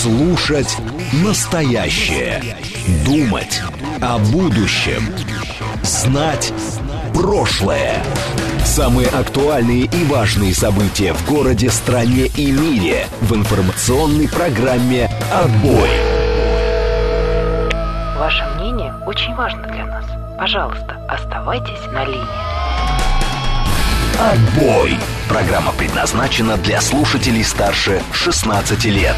Слушать настоящее. Думать о будущем. Знать прошлое. Самые актуальные и важные события в городе, стране и мире в информационной программе «Отбой». Ваше мнение очень важно для нас. Пожалуйста, оставайтесь на линии. «Отбой». Программа предназначена для слушателей старше 16 лет.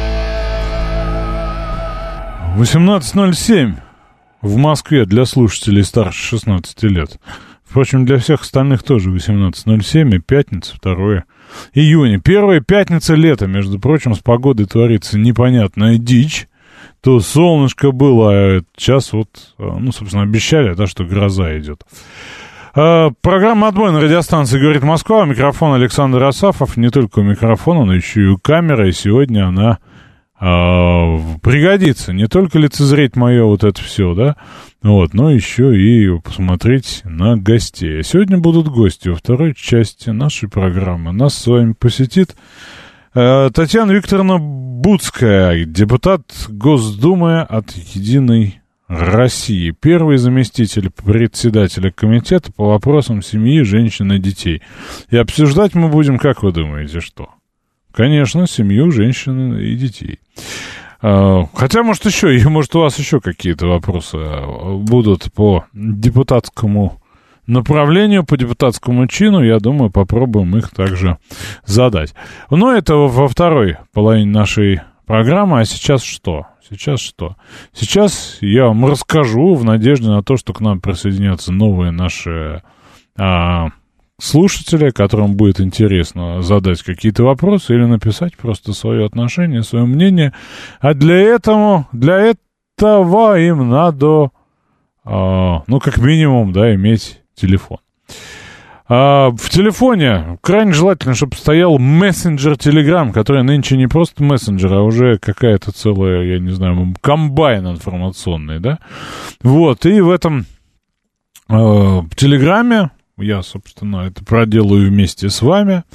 18:07 в Москве для слушателей старше 16 лет. Впрочем, для всех остальных тоже 18:07, и пятница, 2 июня. Первая пятница лета, между прочим, с погодой творится непонятная дичь. То солнышко было, а сейчас вот, собственно, обещали, да, что гроза идет. Программа «Отбой» на радиостанции «Говорит Москва». У микрофона Александр Асафов. Не только у микрофона, но еще и у камеры. И сегодня она пригодится. Не только лицезреть мое вот это все, да, вот, но еще и посмотреть на гостей. А сегодня будут гости во второй части нашей программы. Нас с вами посетит Татьяна Викторовна Буцкая, депутат Госдумы от «Единой России», первый заместитель председателя комитета по вопросам семьи, женщин и детей. И обсуждать мы будем, как вы думаете, что? Конечно, семью, женщин и детей. Хотя, может, у вас еще какие-то вопросы будут по депутатскому направлению, по депутатскому чину. Я думаю, попробуем их также задать. Но это во второй половине нашей программы. А сейчас что? Сейчас я вам расскажу в надежде на то, что к нам присоединятся новые наши слушатели, которым будет интересно задать какие-то вопросы или написать просто свое отношение, свое мнение. А для этого им надо, как минимум, да, иметь телефон. В телефоне крайне желательно, чтобы стоял мессенджер Telegram, который нынче не просто мессенджер, а уже какая-то целая, я не знаю, комбайн информационный, да? Вот, и в этом Телеграме я, собственно, это проделаю вместе с вами.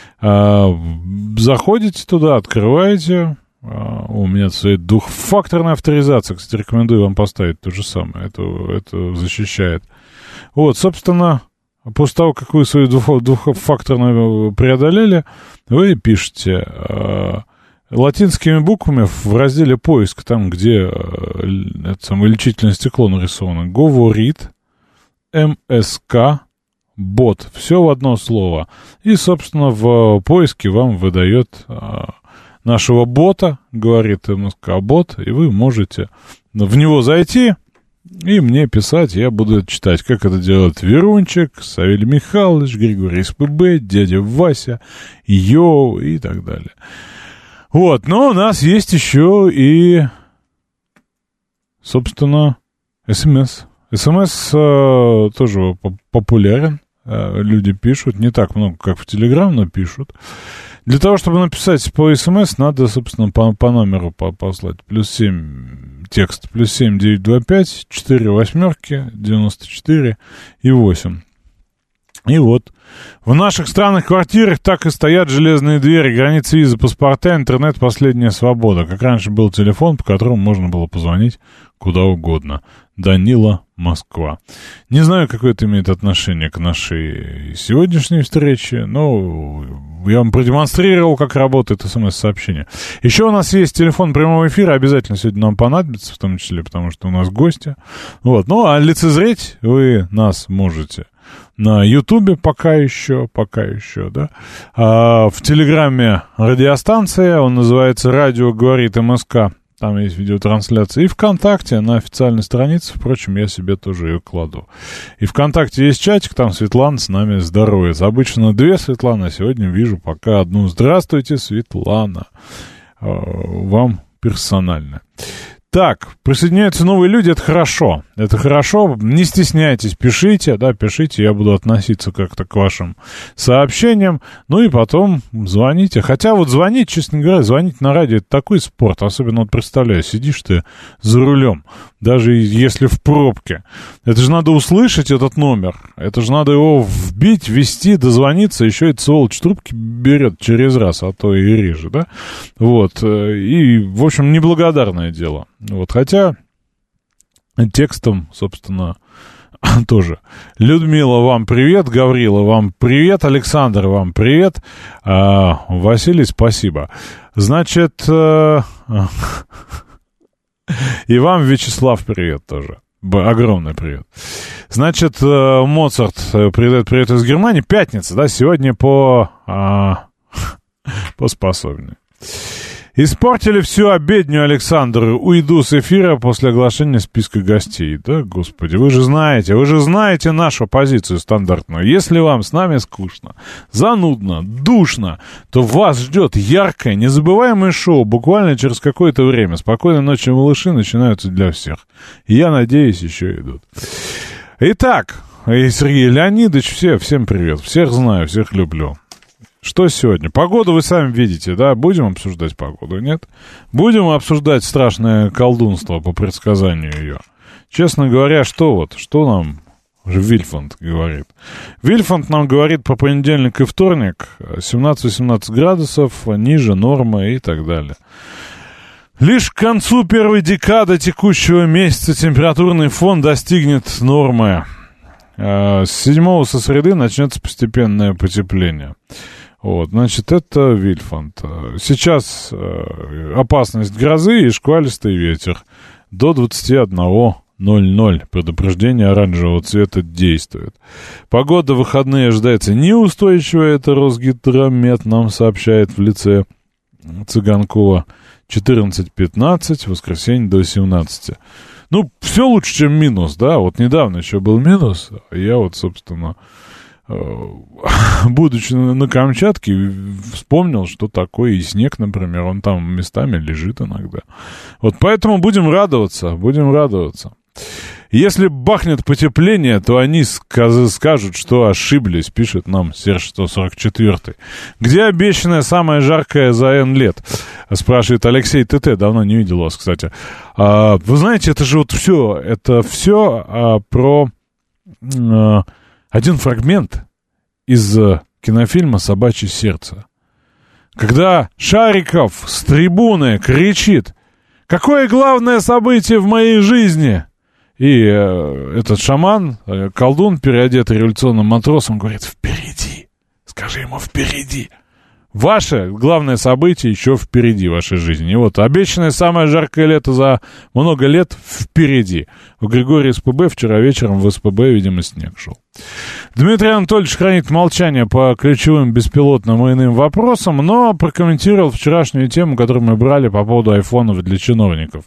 Заходите туда, открываете. У меня стоит двухфакторная авторизация. Кстати, рекомендую вам поставить то же самое. Это защищает. Вот, собственно, после того, как вы свою двухфакторную преодолели, вы пишете латинскими буквами в разделе «Поиск», там, где это самое лечительное стекло нарисовано, «Говорит МСК бот». Все в одно слово. И, собственно, в поиске вам выдает нашего бота, говорит МСК бот, и вы можете в него зайти и мне писать, я буду это читать, как это делает Верунчик, Савелий Михайлович, Григорий СПБ, дядя Вася, Йоу и так далее. Вот, но у нас есть еще и, собственно, СМС. СМС тоже популярен, люди пишут, не так много, как в Телеграм, но пишут. Для того, чтобы написать по СМС, надо, собственно, по номеру послать. +7 текст, +7 925 4 восьмерки 94 и 8. И вот, в наших странных квартирах так и стоят железные двери, границы визы, паспорта, интернет, последняя свобода. Как раньше был телефон, по которому можно было позвонить куда угодно. Данила, Москва. Не знаю, какое это имеет отношение к нашей сегодняшней встрече, но я вам продемонстрировал, как работает СМС-сообщение. Еще у нас есть телефон прямого эфира, обязательно сегодня нам понадобится, в том числе, потому что у нас гости. Вот. Ну, а лицезреть вы нас можете на Ютубе пока еще, да. В Телеграме радиостанция, он называется «Радио говорит МСК». Там есть видеотрансляция. И ВКонтакте на официальной странице, впрочем, я себе тоже ее кладу. И ВКонтакте есть чатик, там Светлана с нами здоровается. Обычно 2 Светланы, а сегодня вижу пока одну. Здравствуйте, Светлана. Вам персонально. Так, присоединяются новые люди, это хорошо. Это хорошо, не стесняйтесь, пишите, да, пишите, я буду относиться как-то к вашим сообщениям. Ну и потом звоните. Хотя вот звонить, честно говоря, звонить на радио — это такой спорт. Особенно, вот представляю, сидишь ты за рулем, даже если в пробке. Это же надо услышать этот номер, это же надо его вбить, ввести, дозвониться. Еще и сволочь трубки берет через раз, а то и реже, да? Вот, и, в общем, неблагодарное дело. Вот, хотя текстом, собственно, тоже. Людмила, вам привет. Гаврила, вам привет. Александр, вам привет. Василий, спасибо. Значит, и вам, Вячеслав, привет тоже. Огромный привет. Значит, Моцарт передает привет из Германии. Пятница, да, сегодня поспособнее. Испортили всю обедню, Александр. Уйду с эфира после оглашения списка гостей. Да, господи, вы же знаете нашу позицию стандартную. Если вам с нами скучно, занудно, душно, то вас ждет яркое, незабываемое шоу буквально через какое-то время. Спокойной ночи, малыши, начинаются для всех. И я надеюсь, еще идут. Итак, Сергей Леонидович, всем привет. Всех знаю, всех люблю. Что сегодня? Погоду вы сами видите, да? Будем обсуждать погоду, нет? Будем обсуждать страшное колдунство по предсказанию ее. Честно говоря, что нам Вильфанд говорит? Вильфанд нам говорит по понедельник и вторник 17-18 градусов, ниже нормы и так далее. Лишь к концу первой декады текущего месяца температурный фон достигнет нормы. С 7 со среды начнется постепенное потепление. Вот, значит, это Вильфанд. Сейчас опасность грозы и шквалистый ветер. До 21:00 предупреждение оранжевого цвета действует. Погода в выходные ожидается неустойчивая. Это Росгидромет нам сообщает в лице Цыганкова. 14-15, воскресенье до 17. Ну, все лучше, чем минус, да. Вот недавно еще был минус. Я вот, собственно, будучи на Камчатке, вспомнил, что такое и снег, например, он там местами лежит иногда. Вот поэтому будем радоваться. Если бахнет потепление, то они скажут, что ошиблись, пишет нам Серж 144. Где обещанная самая жаркая за N лет? Спрашивает Алексей ТТ, давно не видел вас, кстати. Вы знаете, это же вот все, про один фрагмент из кинофильма «Собачье сердце». Когда Шариков с трибуны кричит: «Какое главное событие в моей жизни?» И этот шаман, колдун, переодетый революционным матросом, говорит: «Впереди! Скажи ему, впереди! Ваше главное событие еще впереди вашей жизни». И вот обещанное самое жаркое лето за много лет впереди. В Григории СПБ вчера вечером в СПБ, видимо, снег шел. Дмитрий Анатольевич хранит молчание по ключевым беспилотным и иным вопросам, но прокомментировал вчерашнюю тему, которую мы брали по поводу айфонов для чиновников.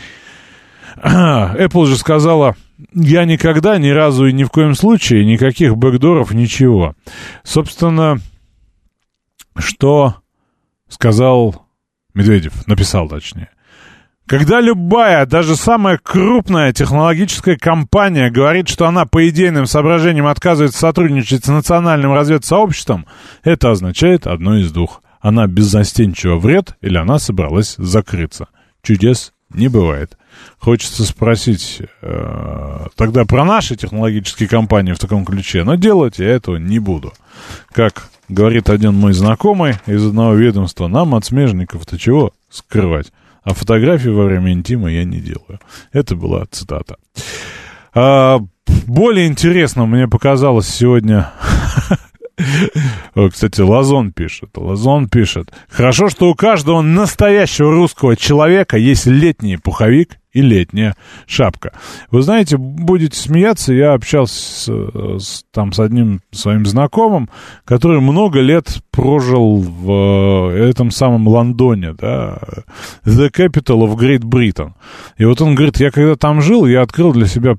Apple же сказала: я никогда, ни разу и ни в коем случае, никаких бэкдоров, ничего. Собственно, что сказал Медведев, написал точнее. Когда любая, даже самая крупная технологическая компания говорит, что она по идейным соображениям отказывается сотрудничать с национальным разведсообществом, это означает одно из двух. Она беззастенчиво врет или она собралась закрыться. Чудес не бывает. Хочется спросить тогда про наши технологические компании в таком ключе, но делать я этого не буду. Как говорит один мой знакомый из одного ведомства, нам от смежников-то чего скрывать? А фотографии во время интима я не делаю. Это была цитата. Более интересно мне показалось сегодня... Кстати, Лазон пишет. Хорошо, что у каждого настоящего русского человека есть летний пуховик и летняя шапка. Вы знаете, будете смеяться, я общался с одним своим знакомым, который много лет прожил в этом самом Лондоне, да, the capital of Great Britain. И вот он говорит, я когда там жил, я открыл для себя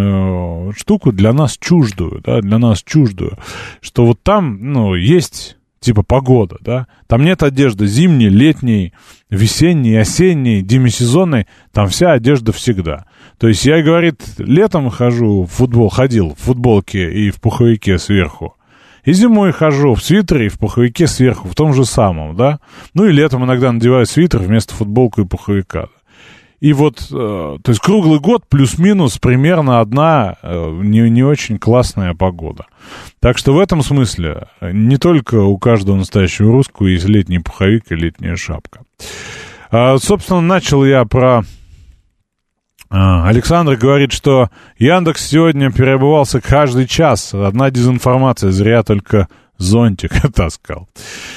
парадоксальную штуку, для нас чуждую, что вот там, есть типа погода, да. Там нет одежды зимней, летней, весенней, осенней, демисезонной. Там вся одежда всегда. То есть я, говорит, летом ходил в футболке и в пуховике сверху. И зимой хожу в свитере и в пуховике сверху, в том же самом, да. Ну и летом иногда надеваю свитер вместо футболки и пуховика. И вот, то есть круглый год плюс-минус примерно одна не очень классная погода. Так что в этом смысле не только у каждого настоящего русского есть летний пуховик и летняя шапка. Собственно, начал я про... Александр говорит, что Яндекс сегодня переобувался каждый час. Одна дезинформация, зря только зонтик таскал.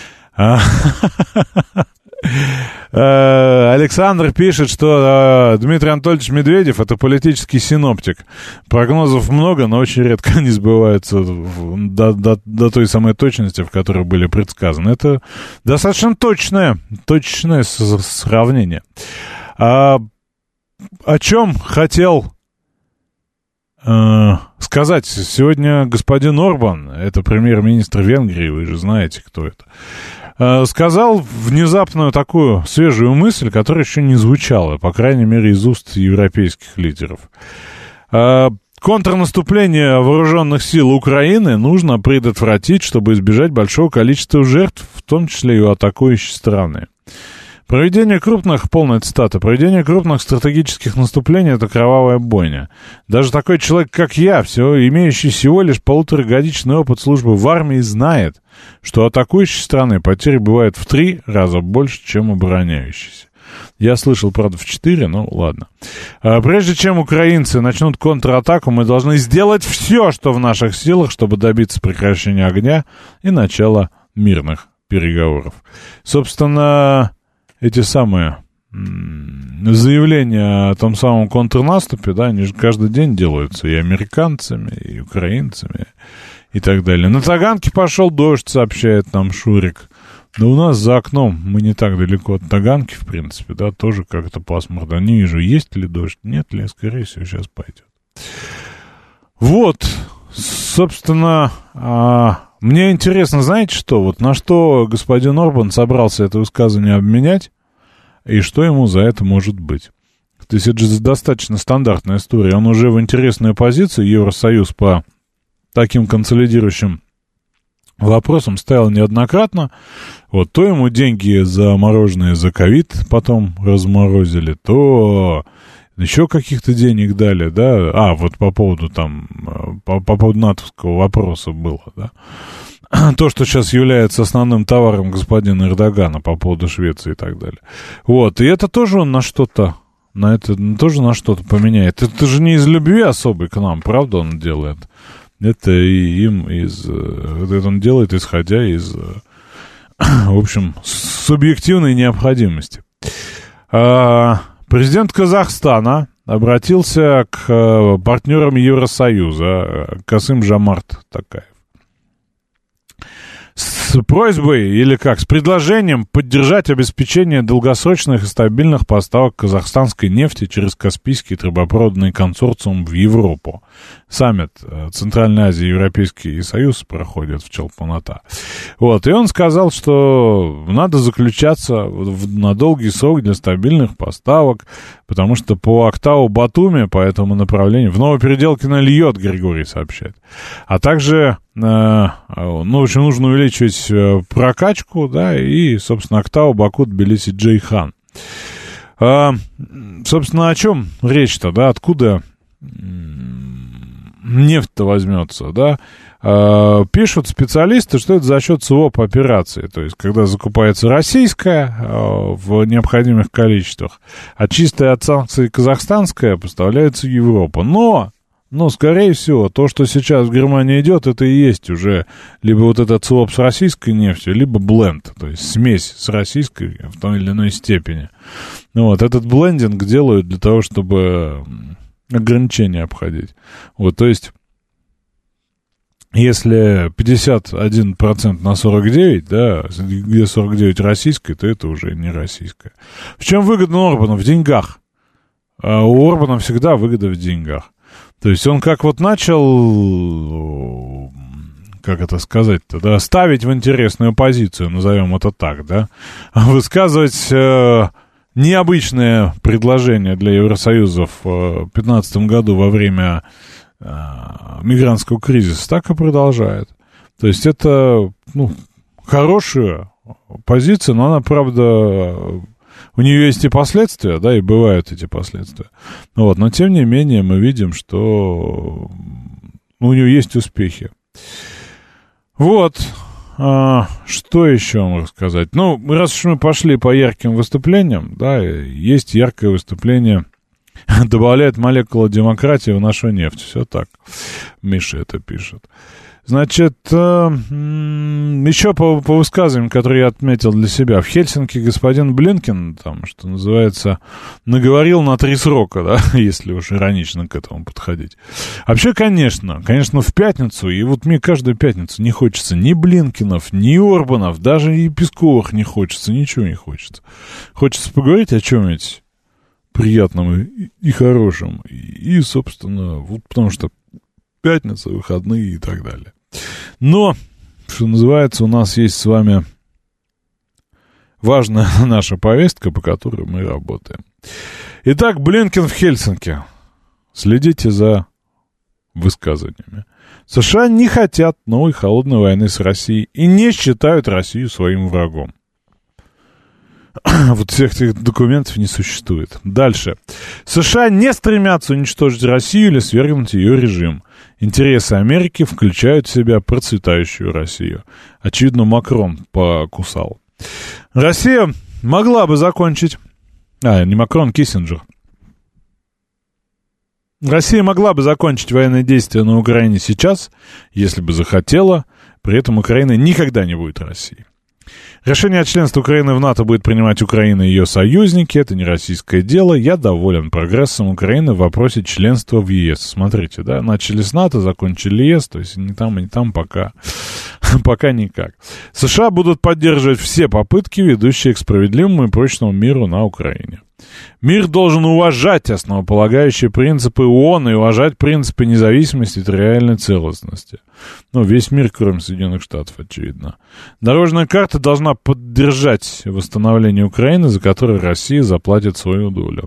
Александр пишет, что Дмитрий Анатольевич Медведев — это политический синоптик. Прогнозов много, но очень редко они сбываются до той самой точности, в которой были предсказаны. Это достаточно точное сравнение. О чем хотел сказать сегодня господин Орбан, это премьер-министр Венгрии, вы же знаете, кто это, сказал внезапную такую свежую мысль, которая еще не звучала, по крайней мере, из уст европейских лидеров. Контрнаступление вооруженных сил Украины нужно предотвратить, чтобы избежать большого количества жертв, в том числе и у атакующей стороны. Проведение крупных стратегических наступлений — это кровавая бойня. Даже такой человек, как я, имеющий всего лишь 1,5-годичный опыт службы в армии, знает, что атакующей страны потери бывают в 3 раза больше, чем обороняющейся. Я слышал, правда, в 4, но ладно. Прежде чем украинцы начнут контратаку, мы должны сделать все, что в наших силах, чтобы добиться прекращения огня и начала мирных переговоров. Собственно... Эти самые заявления о том самом контрнаступе, да, они же каждый день делаются и американцами, и украинцами, и так далее. На Таганке пошел дождь, сообщает нам Шурик. Да у нас за окном, мы не так далеко от Таганки, в принципе, да, тоже как-то пасмурно. Не вижу, есть ли дождь, нет ли, скорее всего, сейчас пойдет. Вот, собственно... Мне интересно, знаете что? Вот на что господин Орбан собрался это высказывание обменять, и что ему за это может быть? То есть это же достаточно стандартная история. Он уже в интересной позиции, Евросоюз, по таким консолидирующим вопросам стоял неоднократно. Вот то ему деньги замороженные за ковид потом разморозили, то... еще каких-то денег дали, да, вот по поводу там, по поводу натовского вопроса было, да, то, что сейчас является основным товаром господина Эрдогана по поводу Швеции и так далее. Вот, и это тоже он на что-то, тоже на что-то поменяет. Это же не из любви особой к нам, правда, он делает. Это это он делает, исходя из, в общем, субъективной необходимости. Президент Казахстана обратился к партнерам Евросоюза, Касым-Жомарт Токаев, с просьбой с предложением поддержать обеспечение долгосрочных и стабильных поставок казахстанской нефти через Каспийский трубопроводный консорциум в Европу. Саммит Центральной Азии и Европейский Союз проходит в Чолпан-Ата. Вот, и он сказал, что надо заключаться на долгий срок для стабильных поставок, потому что по Актау-Батуми, по этому направлению, в Новопеределкино льет, Григорий сообщает. А также, в общем, нужно увеличивать прокачку, да, и, собственно, Актау, Баку, Тбилиси, Джейхан. Собственно, о чем речь-то, да, откуда нефть-то возьмется, да? Пишут специалисты, что это за счет своп-операции, то есть когда закупается российская в необходимых количествах, а чистая от санкций казахстанская поставляется в Европу. Но, скорее всего, то, что сейчас в Германии идет, это и есть уже либо вот этот своп с российской нефтью, либо бленд, то есть смесь с российской в той или иной степени. Вот, этот блендинг делают для того, чтобы ограничения обходить. Вот, то есть, если 51% на 49, да, где 49 российская, то это уже не российская. В чем выгода Орбану? В деньгах. У Орбана всегда выгода в деньгах. То есть он как вот начал как это сказать-то, да, ставить в интересную позицию, назовем это так, да, высказывать необычное предложение для Евросоюза в 2015 году во время мигрантского кризиса, так и продолжает. То есть это, ну, хорошая позиция, но она, правда, у нее есть и последствия, да, и бывают эти последствия. Вот, но тем не менее мы видим, что у нее есть успехи. Вот. Что еще вам рассказать? Ну, раз уж мы пошли по ярким выступлениям, да, есть яркое выступление, добавляет молекула демократии в нашу нефть. Все так. Миша это пишет. Значит, еще по высказываниям, которые я отметил для себя. В Хельсинки господин Блинкен, там, что называется, наговорил на 3 срока, да, если уж иронично к этому подходить. Вообще, конечно, в пятницу, и вот мне каждую пятницу не хочется ни Блинкенов, ни Орбанов, даже и Песковых не хочется, ничего не хочется. Хочется поговорить о чем-нибудь приятном и хорошем. И, собственно, вот потому что пятница, выходные и так далее. Но, что называется, у нас есть с вами важная наша повестка, по которой мы работаем. Итак, Блинкен в Хельсинки. Следите за высказываниями. США не хотят новой холодной войны с Россией и не считают Россию своим врагом. Вот всех этих документов не существует. Дальше. США не стремятся уничтожить Россию или свергнуть ее режим. Интересы Америки включают в себя процветающую Россию. Очевидно, Макрон покусал. Россия могла бы закончить... не Макрон, Киссинджер. Россия могла бы закончить военные действия на Украине сейчас, если бы захотела. При этом Украина никогда не будет Россией. Решение о членстве Украины в НАТО будет принимать Украина и ее союзники. Это не российское дело. Я доволен прогрессом Украины в вопросе членства в ЕС. Смотрите, да, начали с НАТО, закончили ЕС, то есть ни там, пока никак. США будут поддерживать все попытки, ведущие к справедливому и прочному миру на Украине. Мир должен уважать основополагающие принципы ООН и уважать принципы независимости и территориальной целостности. Ну, весь мир, кроме Соединенных Штатов, очевидно. Дорожная карта должна поддержать восстановление Украины, за которое Россия заплатит свою долю.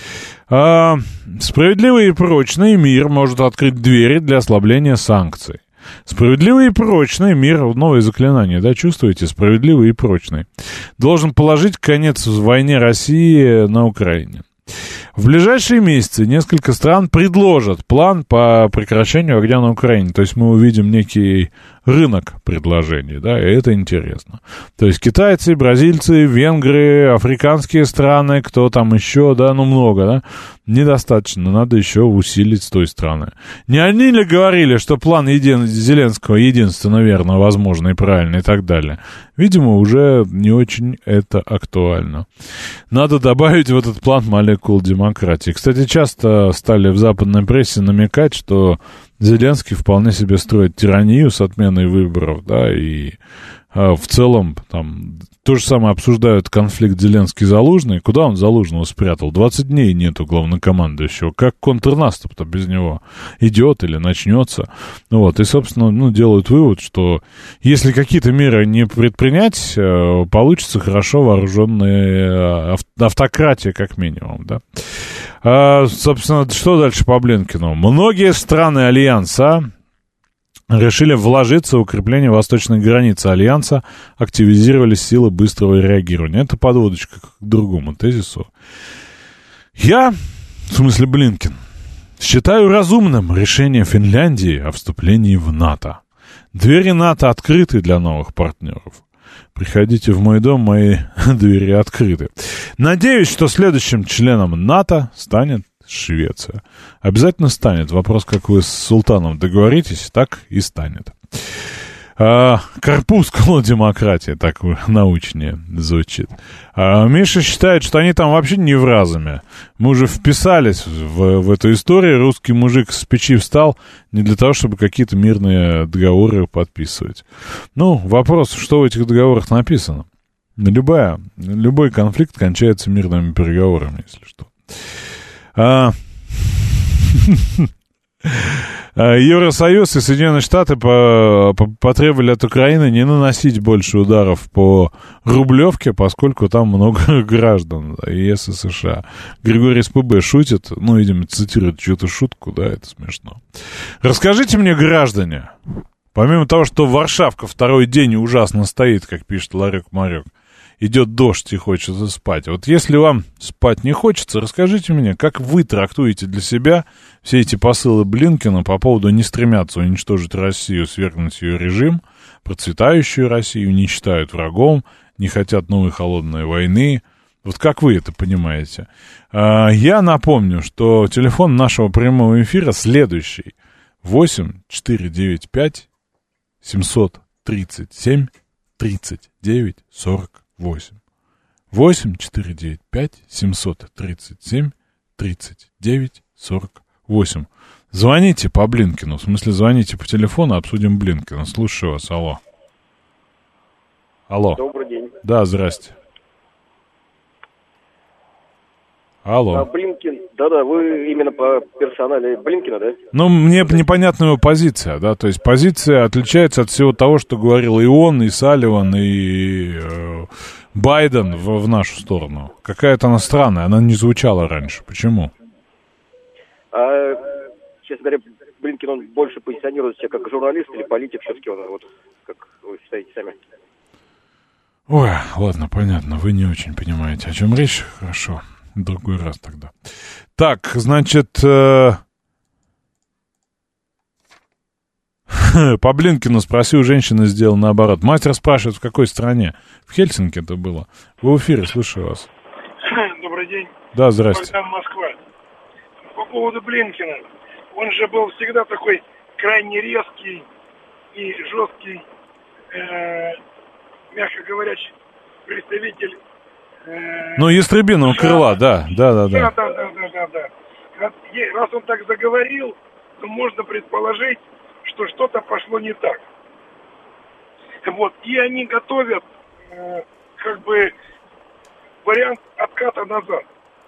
Справедливый и прочный мир может открыть двери для ослабления санкций. Справедливый и прочный мир, новое заклинание, да, чувствуете? Справедливый и прочный. Должен положить конец войне России на Украине. В ближайшие месяцы несколько стран предложат план по прекращению огня на Украине. То есть мы увидим некий рынок предложений, да, и это интересно. То есть китайцы, бразильцы, венгры, африканские страны, кто там еще, да, ну много, да, недостаточно, надо еще усилить с той стороны. Не они ли говорили, что план Зеленского единственно верно, возможно и правильно и так далее? Видимо, уже не очень это актуально. Надо добавить в этот план молекул демократии. Кстати, часто стали в западной прессе намекать, что Зеленский вполне себе строит тиранию с отменой выборов, да, и в целом там то же самое обсуждают конфликт Зеленский-Залужный. Куда он Залужного спрятал? 20 дней нету главнокомандующего. Как контрнаступ-то без него идет или начнется? Вот, и, собственно, делают вывод, что если какие-то меры не предпринять, получится хорошо вооруженная автократия, как минимум, да. Собственно, что дальше по Блинкену? Многие страны Альянса решили вложиться в укрепление восточной границы Альянса, активизировались силы быстрого реагирования. Это подводочка к другому тезису. Я, в смысле Блинкен, считаю разумным решение Финляндии о вступлении в НАТО. Двери НАТО открыты для новых партнеров. Приходите в мой дом, мои двери открыты. Надеюсь, что следующим членом НАТО станет Швеция. Обязательно станет. Вопрос, как вы с султаном договоритесь, так и станет. Корпускула демократии, так научнее звучит. Миша считает, что они там вообще не в разуме. Мы уже вписались в эту историю. Русский мужик с печи встал не для того, чтобы какие-то мирные договоры подписывать. Вопрос, что в этих договорах написано. Любой конфликт кончается мирными переговорами, если что. Евросоюз и Соединенные Штаты потребовали от Украины не наносить больше ударов по Рублевке, поскольку там много граждан ЕС и США. Григорий СПБ шутит, ну, видимо, цитирует чью-то шутку, да, это смешно. Расскажите мне, граждане, помимо того, что Варшавка второй день ужасно стоит, как пишет Ларек-Марек, идет дождь и хочется спать. Вот если вам спать не хочется, расскажите мне, как вы трактуете для себя все эти посылы Блинкена по поводу не стремятся уничтожить Россию, свергнуть ее режим, процветающую Россию не считают врагом, не хотят новой холодной войны. Вот как вы это понимаете? Я напомню, что телефон нашего прямого эфира следующий. 8-495-737-39-48. 8-495-737-39-48. Звоните по Блинкину, в смысле звоните по телефону, обсудим Блинкина. Слушаю вас, алло. Алло. Добрый день. Да, здрасте. Алло. Блинкин, да-да, вы именно по персонале Блинкина, да? Ну, мне непонятна его позиция, да, то есть позиция отличается от всего того, что говорил и он, и Салливан, и Байден в нашу сторону. Какая-то она странная, она не звучала раньше. Почему? Честно говоря, Блинкин, он больше позиционирует себя как журналист или политик, все-таки он, вот, как вы считаете сами? Ой, ладно, понятно, вы не очень понимаете, о чем речь, хорошо. В другой раз тогда. Так, значит, по Блинкину спроси у женщины, сделал наоборот. Мастер спрашивает, в какой стране? В Хельсинки это было. Вы в эфире, слушаю вас. Добрый день. Да, здрасте. Богдан, Москва. По поводу Блинкина. Он же был всегда такой крайне резкий и жесткий, мягко говоря, представитель. Ну, ястребиного крыла, да. Да. Раз он так заговорил, то можно предположить, что что-то пошло не так. Вот. И они готовят, как бы, вариант отката назад.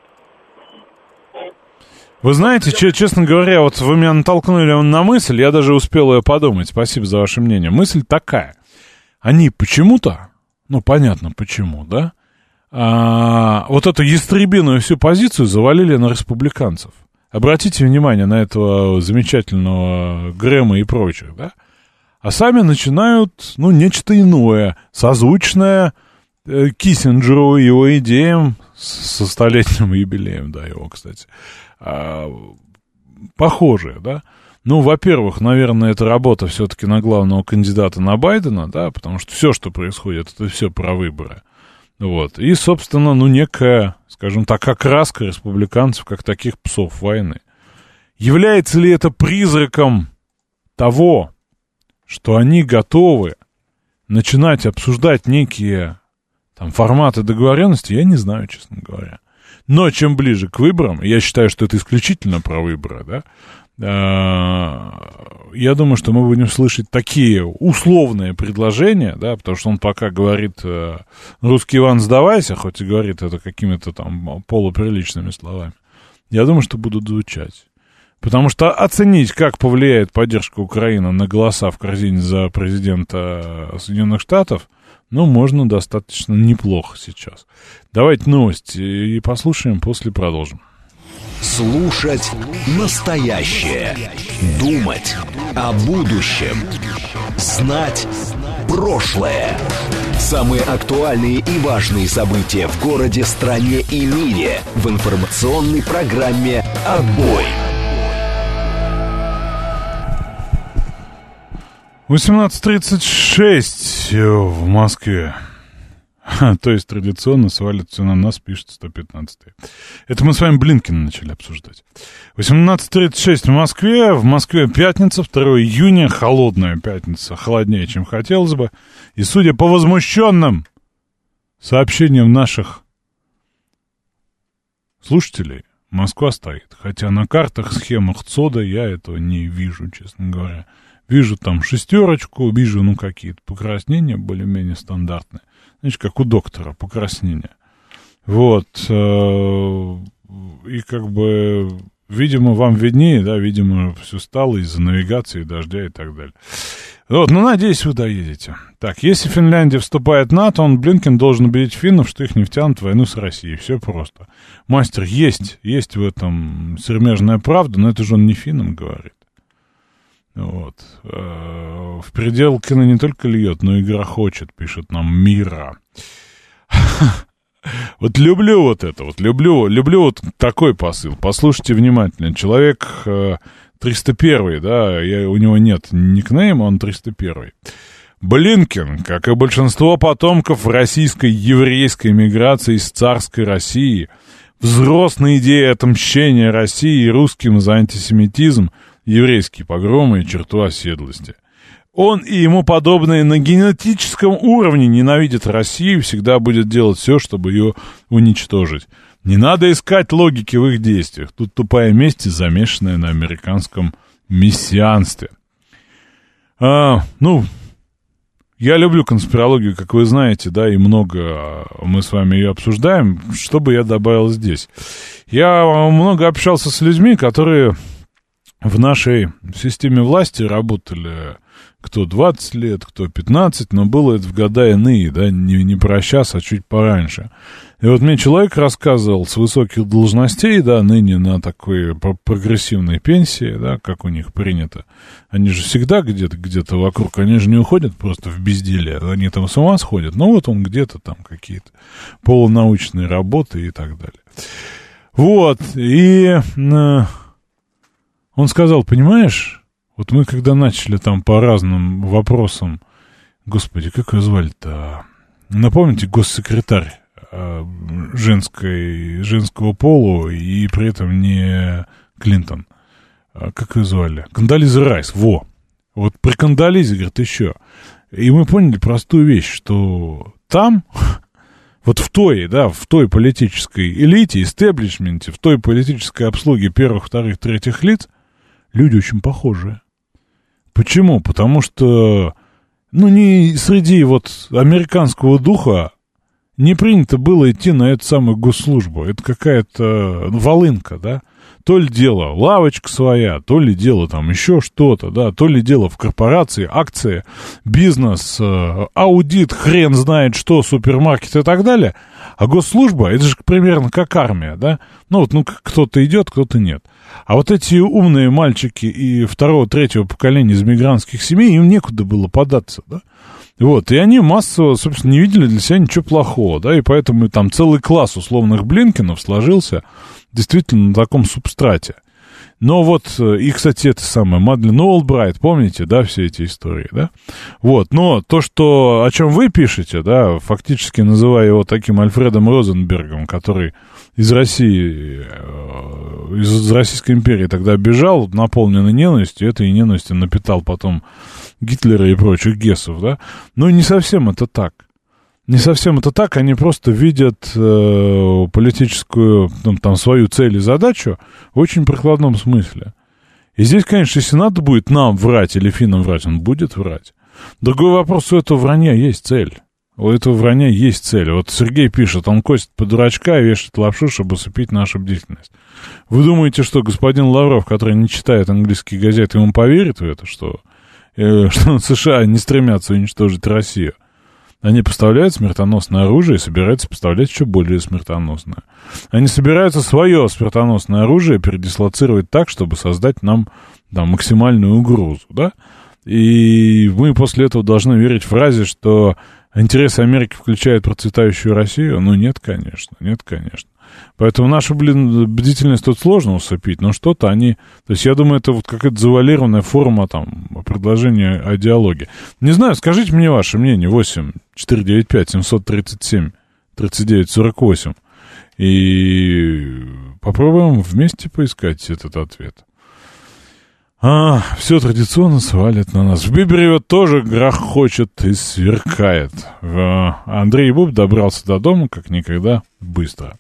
Вы знаете, честно говоря, вот вы меня натолкнули на мысль, я даже успел ее подумать, спасибо за ваше мнение. Мысль такая. Они почему-то, ну, понятно почему, да, вот эту ястребиную всю позицию завалили на республиканцев. Обратите внимание на этого замечательного Грэма и прочих, да? А сами начинают, ну, нечто иное, созвучное Киссинджеру и его идеям со столетним юбилеем, да, его, кстати, похожие, да? Ну, во-первых, наверное, это работа все-таки на главного кандидата на Байдена, да, потому что все, что происходит, это все про выборы. Вот. И, собственно, ну, некая, скажем так, окраска республиканцев, как таких псов войны. Является ли это призраком того, что они готовы начинать обсуждать некие там форматы договоренности, я не знаю, честно говоря. Но чем ближе к выборам, я считаю, что это исключительно про выборы, да, я думаю, что мы будем слышать такие условные предложения, да, потому что он пока говорит «русский Иван, сдавайся», хоть и говорит это какими-то там полуприличными словами. Я думаю, что будут звучать. Потому что оценить, как повлияет поддержка Украины на голоса в корзине за президента Соединенных Штатов, ну, можно достаточно неплохо сейчас. Давайте новости и послушаем, после продолжим. Слушать настоящее. Думать о будущем. Знать прошлое. Самые актуальные и важные события в городе, стране и мире в информационной программе «Отбой». 18:36 в Москве. То есть традиционно свалит все на нас, пишет 115-й. Это мы с вами Блинкина начали обсуждать. 18:36 в Москве. В Москве пятница, 2 июня. Холодная пятница. Холоднее, чем хотелось бы. И судя по возмущенным сообщениям наших слушателей, Москва стоит. Хотя на картах, схемах ЦОДа я этого не вижу, честно говоря. Вижу там шестерочку, вижу, ну, какие-то покраснения более-менее стандартные. Знаете, как у доктора, покраснения. Вот. И как бы видимо, вам виднее, да, видимо, все стало из-за навигации, дождя и так далее. Вот, ну, надеюсь, вы доедете. Так, если Финляндия вступает в НАТО, Блинкен должен убедить финнов, что их не втянут в войну с Россией. Все просто. Мастер, есть в этом сермяжная правда, но это же он не финнам говорит. Вот. В Переделкино не только льет, но и грохочет, пишет нам Мира. Вот люблю вот это, люблю вот такой посыл. Послушайте внимательно. Человек 301, да, у него нет никнейма, он 301. Блинкен, как и большинство потомков российской еврейской миграции из царской России, взрос на идее отмщения России и русским за антисемитизм, еврейские погромы и черту оседлости. Он и ему подобные на генетическом уровне ненавидят Россию и всегда будет делать все, чтобы ее уничтожить. Не надо искать логики в их действиях. Тут тупая месть, замешанная на американском мессианстве. Я люблю конспирологию, как вы знаете, да, и много мы с вами ее обсуждаем. Что бы я добавил здесь? Я много общался с людьми, которые в нашей системе власти работали кто 20 лет, кто 15, но было это в года иные, да, не про сейчас, а чуть пораньше. И вот мне человек рассказывал с высоких должностей, да, ныне на такой прогрессивной пенсии, да, как у них принято. Они же всегда где-то вокруг, они же не уходят просто в безделье, они там с ума сходят, но вот он где-то там какие-то полунаучные работы и так далее. Вот, и он сказал, понимаешь, вот мы когда начали там по разным вопросам, господи, как ее звали-то, напомните, госсекретарь женского пола и при этом не Клинтон, как ее звали, Кондолиза Райс, во, вот при Кондолизе, говорит, еще, и мы поняли простую вещь, что там, вот в той политической элите, истеблишменте, в той политической обслуге первых, вторых, третьих лиц, люди очень похожие. Почему? Потому что, не среди вот американского духа не принято было идти на эту самую госслужбу. Это какая-то волынка, да? То ли дело лавочка своя, то ли дело там еще что-то, да? То ли дело в корпорации, акции, бизнес, аудит, хрен знает что, супермаркет и так далее. А госслужба, это же примерно как армия, да? Кто-то идет, кто-то нет. А вот эти умные мальчики и второго, третьего поколения из мигрантских семей, им некуда было податься, да? Вот, и они массово, собственно, не видели для себя ничего плохого, да, и поэтому там целый класс условных Блинкенов сложился действительно на таком субстрате. Но вот, и, кстати, это самое, Мадлен Олбрайт, помните, да, все эти истории, да? Вот, но то, о чем вы пишете, да, фактически называя его таким Альфредом Розенбергом, который из России, из Российской империи тогда бежал, наполненный ненавистью, этой ненавистью напитал потом Гитлера и прочих гессов, да? Не совсем это так. Не совсем это так, они просто видят политическую, там, свою цель и задачу в очень прикладном смысле. И здесь, конечно, если надо будет нам врать или финнам врать, он будет врать. Другой вопрос, у этого вранья есть цель. У этого вранья есть цель. Вот Сергей пишет, он косит под дурачка и вешает лапшу, чтобы усыпить нашу бдительность. Вы думаете, что господин Лавров, который не читает английские газеты, ему поверит в это, что США не стремятся уничтожить Россию? Они поставляют смертоносное оружие и собираются поставлять еще более смертоносное. Они собираются свое смертоносное оружие передислоцировать так, чтобы создать нам максимальную угрозу, да? И мы после этого должны верить фразе, что интересы Америки включают процветающую Россию? Нет, конечно. Поэтому нашу, бдительность тут сложно усыпить, но что-то они... То есть я думаю, это вот какая-то завуалированная форма предложения идеологии. Не знаю, скажите мне ваше мнение. 8-495-737-39-48. И попробуем вместе поискать этот ответ. Все традиционно свалит на нас. В Биберево тоже грохочет и сверкает. Андрей Буб добрался до дома как никогда быстро.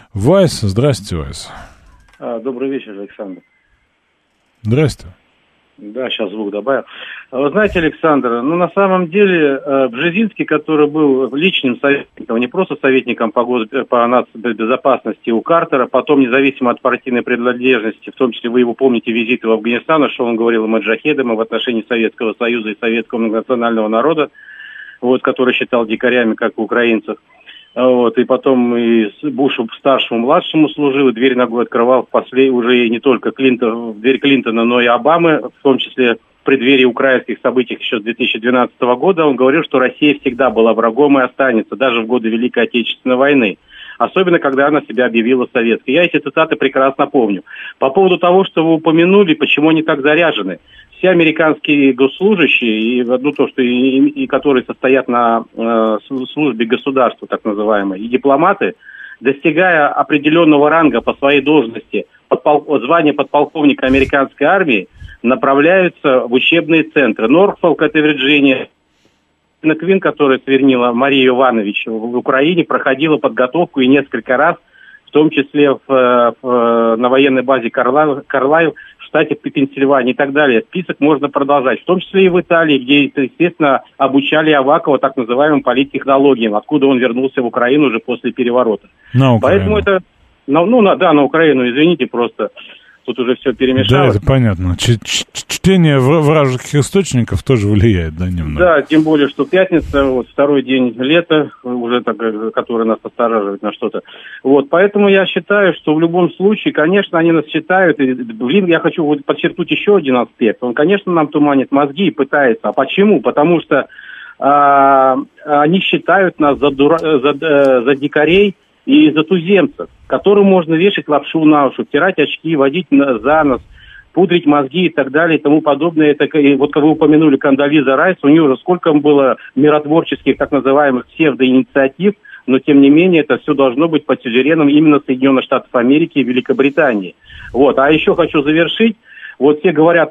Вайс, здрасте, Вайс. Добрый вечер, Александр. Здрасте. Да, сейчас звук добавил. Вы знаете, Александр, на самом деле Бжезинский, который был личным советником, не просто советником по нацбезопасности у Картера, потом независимо от партийной принадлежности, в том числе вы его помните визиты в Афганистан, что он говорил о маджахедам и в отношении Советского Союза и советского многонационального народа, который считал дикарями, как и украинцев. И потом и Бушу старшему, младшему служил, и дверь ногой открывал уже не только дверь Клинтона, но и Обамы, в том числе в преддверии украинских событий еще с 2012 года. Он говорил, что Россия всегда была врагом и останется, даже в годы Великой Отечественной войны. Особенно, когда она себя объявила советской. Я эти цитаты прекрасно помню. По поводу того, что вы упомянули, почему они так заряжены. Все американские госслужащие, которые состоят на службе государства, так называемой, и дипломаты, достигая определенного ранга по своей должности, звания подполковника американской армии, направляются в учебные центры. Норфолк, это Вирджиния, Квин, которая свернила Мария Иванович в Украине, проходила подготовку и несколько раз, в том числе на военной базе Карлайл, в штате Пенсильвания и так далее. Список можно продолжать. В том числе и в Италии, где, естественно, обучали Авакова так называемым политтехнологиям, откуда он вернулся в Украину уже после переворота. Поэтому это... на Украину, извините, просто... Тут уже все перемешалось. Да, это понятно. Чтение вражеских источников тоже влияет, да, немного? Да, тем более, что пятница, второй день лета, уже который нас настораживает на что-то. Поэтому я считаю, что в любом случае, конечно, они нас считают. Я хочу подчеркнуть еще один аспект. Он, конечно, нам туманит мозги и пытается. А почему? Потому что они считают нас за дикарей и за туземцев, которым можно вешать лапшу на уши, втирать очки, водить за нос, пудрить мозги и так далее и тому подобное. Это, как вы упомянули, Кондолиза Райс, у нее уже сколько было миротворческих так называемых псевдоинициатив, но тем не менее это все должно быть под сюзереном именно Соединенных Штатов Америки и Великобритании. А еще хочу завершить. Все говорят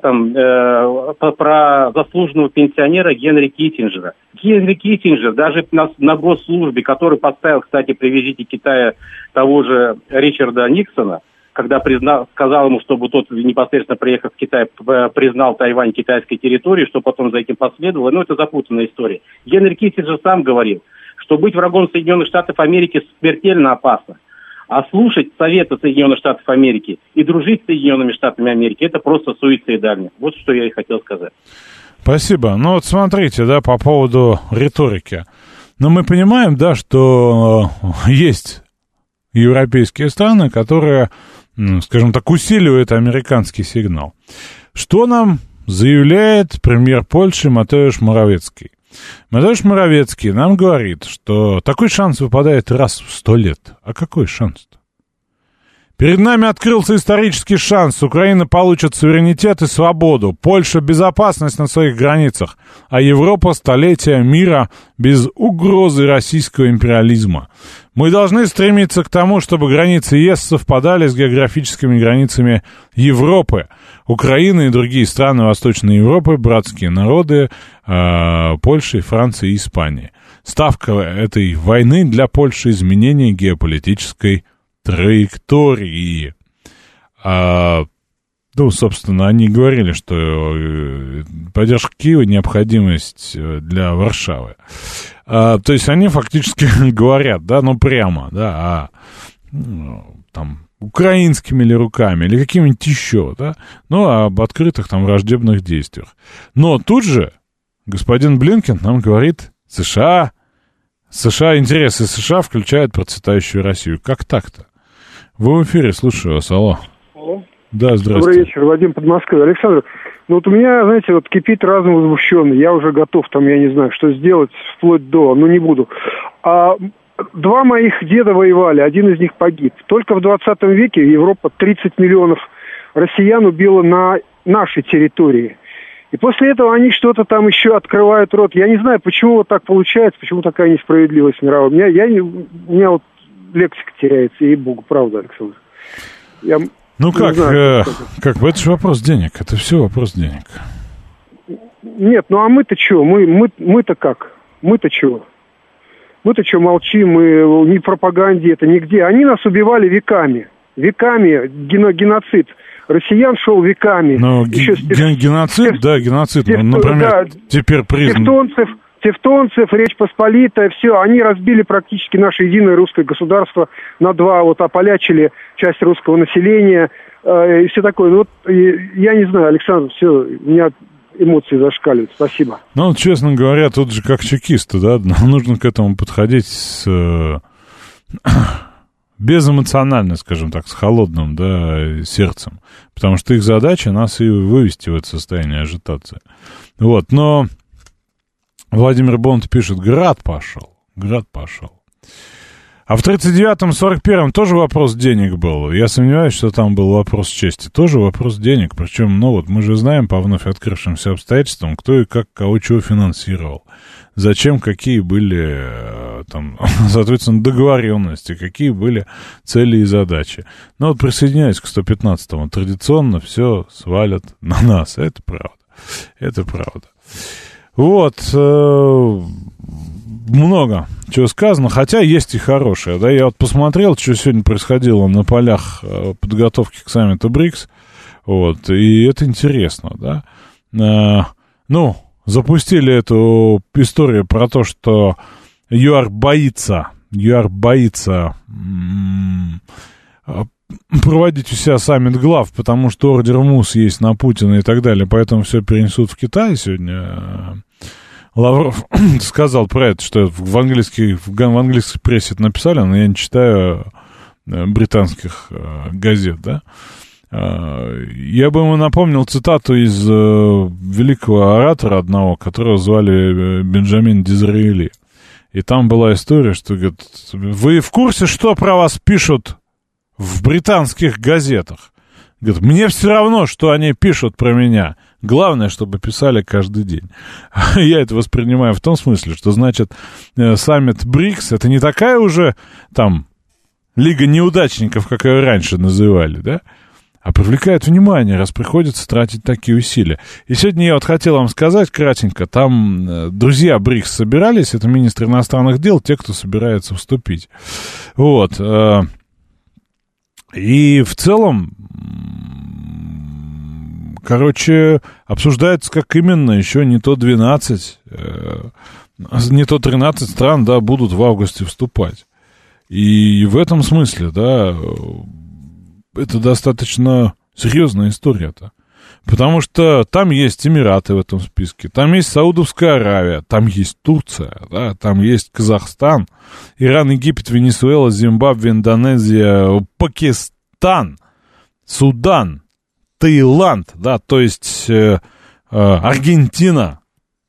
про заслуженного пенсионера Генри Киссинджера. Генри Киссинджер даже на госслужбе, который подставил, кстати, при визите Китая того же Ричарда Никсона, когда сказал ему, чтобы тот, непосредственно приехав в Китай, признал Тайвань китайской территорией, что потом за этим последовало. Это запутанная история. Генри Киссинджер сам говорил, что быть врагом Соединенных Штатов Америки смертельно опасно. А слушать советы Соединенных Штатов Америки и дружить с Соединенными Штатами Америки – это просто суицидально. Вот что я и хотел сказать. Спасибо. Смотрите, по поводу риторики. Мы понимаем, что есть европейские страны, которые, скажем так, усиливают американский сигнал. Что нам заявляет премьер Польши Матеуш Моравецкий? Матеуш Моравецкий нам говорит, что такой шанс выпадает раз в 100 лет. А какой шанс-то? Перед нами открылся исторический шанс. Украина получит суверенитет и свободу. Польша — безопасность на своих границах. А Европа — столетие мира без угрозы российского империализма. Мы должны стремиться к тому, чтобы границы ЕС совпадали с географическими границами Европы. Украина и другие страны Восточной Европы — братские народы Польши, Франции и Испании. Ставка этой войны для Польши — изменение геополитической траектории. Собственно, они говорили, что поддержка Киева — необходимость для Варшавы. То есть они фактически говорят, прямо, украинскими ли руками, или какими-нибудь еще, об открытых враждебных действиях. Но тут же господин Блинкен нам говорит, интересы США включают процветающую Россию. Как так-то? Вы в эфире, слушаю вас, алло. Алло. Да, здравствуйте. Добрый вечер, Вадим, Подмосковье. Александр, у меня, знаете, кипит разум возмущенный. Я уже готов, я не знаю, что сделать, вплоть до, не буду. Два моих деда воевали, один из них погиб. Только в 20 веке Европа 30 миллионов россиян убила на нашей территории. И после этого они что-то там еще открывают рот. Я не знаю, почему так получается, почему такая несправедливость мировая. У меня лексика теряется, ей-богу, правда, Александр. Это же вопрос денег, это все вопрос денег. Нет, а мы-то что? Мы-то как? Мы-то чего? Мы-то что молчим, мы ни в пропаганде это, нигде. Они нас убивали веками. Веками, геноцид. россиян шел веками. Но геноцид, да, геноцид. Например, да, теперь признан. Тевтонцев, Речь Посполитая, все, они разбили практически наше единое русское государство на два, вот ополячили часть русского населения и все такое. Ну, вот, я не знаю, Александр, все, у меня эмоции зашкаливают. Спасибо. Ну, честно говоря, тут же как чекисты, да, нужно к этому подходить безэмоционально, скажем так, с холодным, да, сердцем. Потому что их задача нас и вывести в это состояние ажитации. Вот, но Владимир Бонд пишет, град пошел. А в 39-м, 41-м тоже вопрос денег был. Я сомневаюсь, что там был вопрос чести. Тоже вопрос денег. Причем, ну вот, мы же знаем по вновь открывшимся обстоятельствам, кто и как, кого чего финансировал. Зачем, какие были, там, соответственно, договоренности, какие были цели и задачи. Но вот присоединяясь к 115-му, традиционно все свалят на нас. Это правда. Это правда. Вот, много чего сказано, хотя есть и хорошее, да, я вот посмотрел, что сегодня происходило на полях подготовки к саммиту БРИКС, вот, и это интересно, да, ну, запустили эту историю про то, что ЮАР боится проводить у себя саммит глав, потому что ордер МУС есть на Путина и так далее, поэтому все перенесут в Китай. Сегодня Лавров сказал про это, что в английской прессе это написали, но я не читаю британских газет, да. Я бы ему напомнил цитату из великого оратора одного, которого звали Бенджамин Дизраэли. И там была история, что, говорит, вы в курсе, что про вас пишут в британских газетах? Говорит, мне все равно, что они пишут про меня. Главное, чтобы писали каждый день. Я это воспринимаю в том смысле, что, значит, саммит БРИКС — это не такая уже там лига неудачников, как ее раньше называли, да? А привлекает внимание, раз приходится тратить такие усилия. И сегодня я вот хотел вам сказать кратенько, там друзья БРИКС собирались, это министры иностранных дел, те, кто собирается вступить. Вот. И в целом, короче, обсуждается, как именно еще не то 12, не то 13 стран, да, будут в августе вступать. И в этом смысле, да, это достаточно серьезная история-то. Потому что там есть Эмираты в этом списке, там есть Саудовская Аравия, там есть Турция, да, там есть Казахстан, Иран, Египет, Венесуэла, Зимбабве, Индонезия, Пакистан, Судан, Таиланд, да, то есть Аргентина.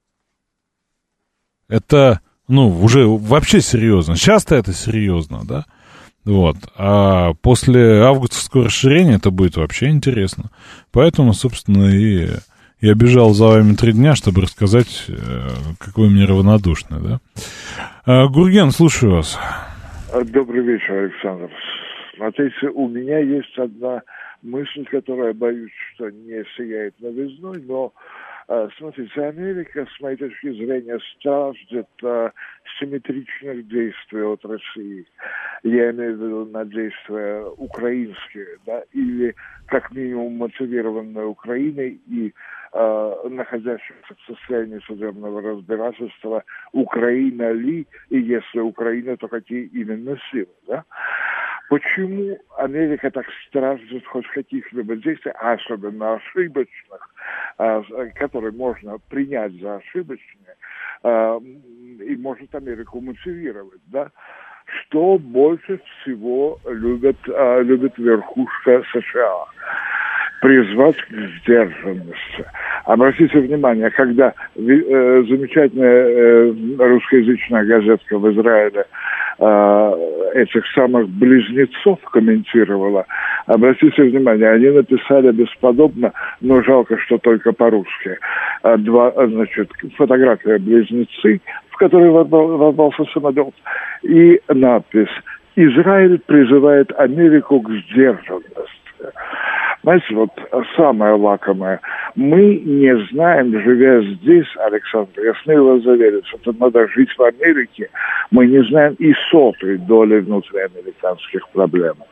Это, ну, уже вообще серьезно. Сейчас-то это серьезно, да. Вот. А после августовского расширения это будет вообще интересно. Поэтому, собственно, и я бежал за вами 3 дня, чтобы рассказать, как вы мне равнодушны, да. Гурген, слушаю вас. Добрый вечер, Александр. Смотрите, у меня есть одна мысль, которая, боюсь, что не сияет новизной, но, смотрите, Америка, с моей точки зрения, страждет симметричных действий от России. Я имею в виду на действия украинские, да, или как минимум мотивированные Украиной и находящихся в состоянии судебного разбирательства, Украина ли, и если Украина, то какие именно силы, да? Почему Америка так страждет хоть каких-либо действий, особенно ошибочных, которые можно принять за ошибочные, и может Америку мотивировать, да? Что больше всего любит верхушка США? Призвать к сдержанности. Обратите внимание, когда замечательная русскоязычная газетка в Израиле этих самых близнецов комментировала, обратите внимание, они написали бесподобно, но жалко, что только по-русски. Фотография близнецы, в которой ворвался самолет, и надпись «Израиль призывает Америку к сдержанности». Знаете, вот самое лакомое. Мы не знаем, живя здесь, Александр, я смею вас заверить, что надо жить в Америке, мы не знаем и 100 доли внутриамериканских проблем.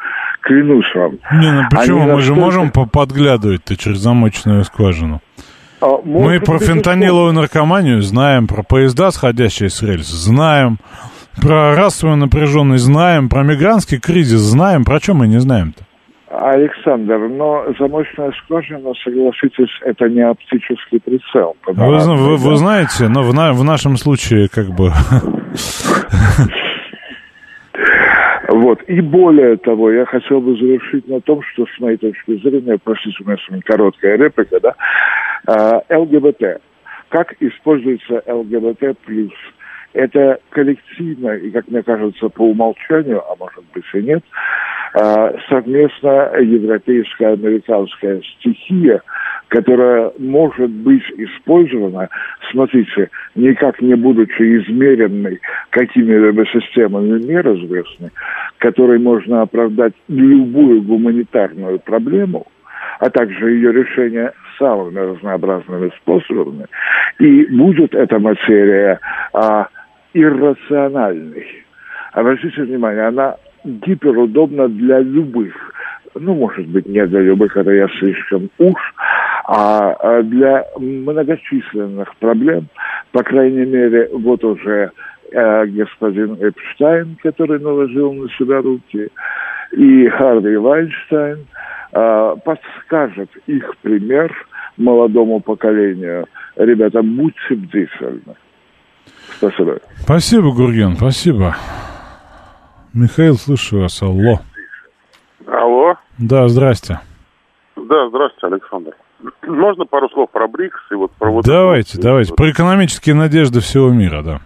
Клянусь вам. Не, ну почему? Мы же настолько... можем подглядывать-то через замочную скважину. Мы про фентаниловую наркоманию знаем, про поезда, сходящие с рельс, знаем, про расовую напряженность знаем, про мигрантский кризис знаем. Про что мы не знаем-то? Александр, но замочная скважина, согласитесь, это не оптический прицел. Вы знаете, но в нашем случае как бы... Вот. И более того, я хотел бы завершить на том, что, с моей точки зрения, простите, у меня с вами короткая реплика, да, ЛГБТ. Как используется ЛГБТ+. Это коллективно, и, как мне кажется, по умолчанию, а может быть и нет, совместно европейская, американская стихия, которая может быть использована, смотрите, никак не будучи измеренной какими-либо системами мира известной, которой можно оправдать любую гуманитарную проблему, а также ее решение самыми разнообразными способами, и будет эта материя иррациональной. Обратите внимание, она гиперудобна для любых, ну, может быть, не для любых, это я слишком уж, а для многочисленных проблем, по крайней мере, вот уже господин Эпштейн, который наложил на себя руки, и Харви Вайнштейн подскажет их пример молодому поколению. Ребята, будьте бдительны. Спасибо. Спасибо, Гурген, спасибо. Михаил, слышу вас. Алло. Алло. Да, здрасте. Да, здравствуйте, Александр. Можно пару слов про БРИКС и вот про вот... Давайте. Про экономические надежды всего мира, да.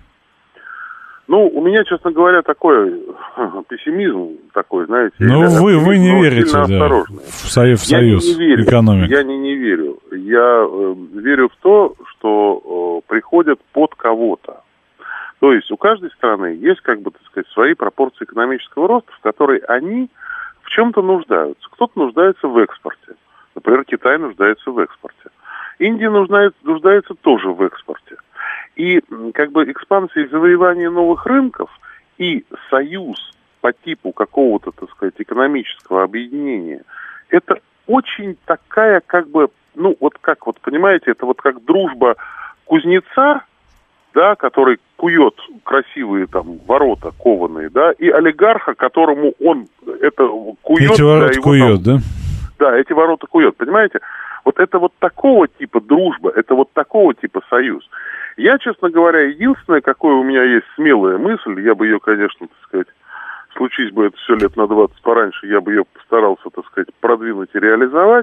Ну, у меня, честно говоря, такой пессимизм такой, знаете... Ну, вы не верите, да, в союз экономики. Я не верю. Я верю в то, что приходят под кого-то. То есть у каждой страны есть, как бы, так сказать, свои пропорции экономического роста, в которой они в чем-то нуждаются. Кто-то нуждается в экспорте. Например, Китай нуждается в экспорте. Индия нуждается тоже в экспорте. И как бы экспансия и завоевание новых рынков и союз по типу какого-то, так сказать, экономического объединения, это очень такая, как бы, ну, вот как, вот понимаете, это вот как дружба кузнеца, да, который кует красивые там ворота кованые, да, и олигарха, которому он это кует. Эти ворота кует, да? Да, эти ворота кует, понимаете? Вот это вот такого типа дружба, это вот такого типа союз. Я, честно говоря, единственное, какое у меня есть смелая мысль, я бы ее, конечно, так сказать, случись бы это все лет на 20 пораньше, я бы ее постарался, так сказать, продвинуть и реализовать.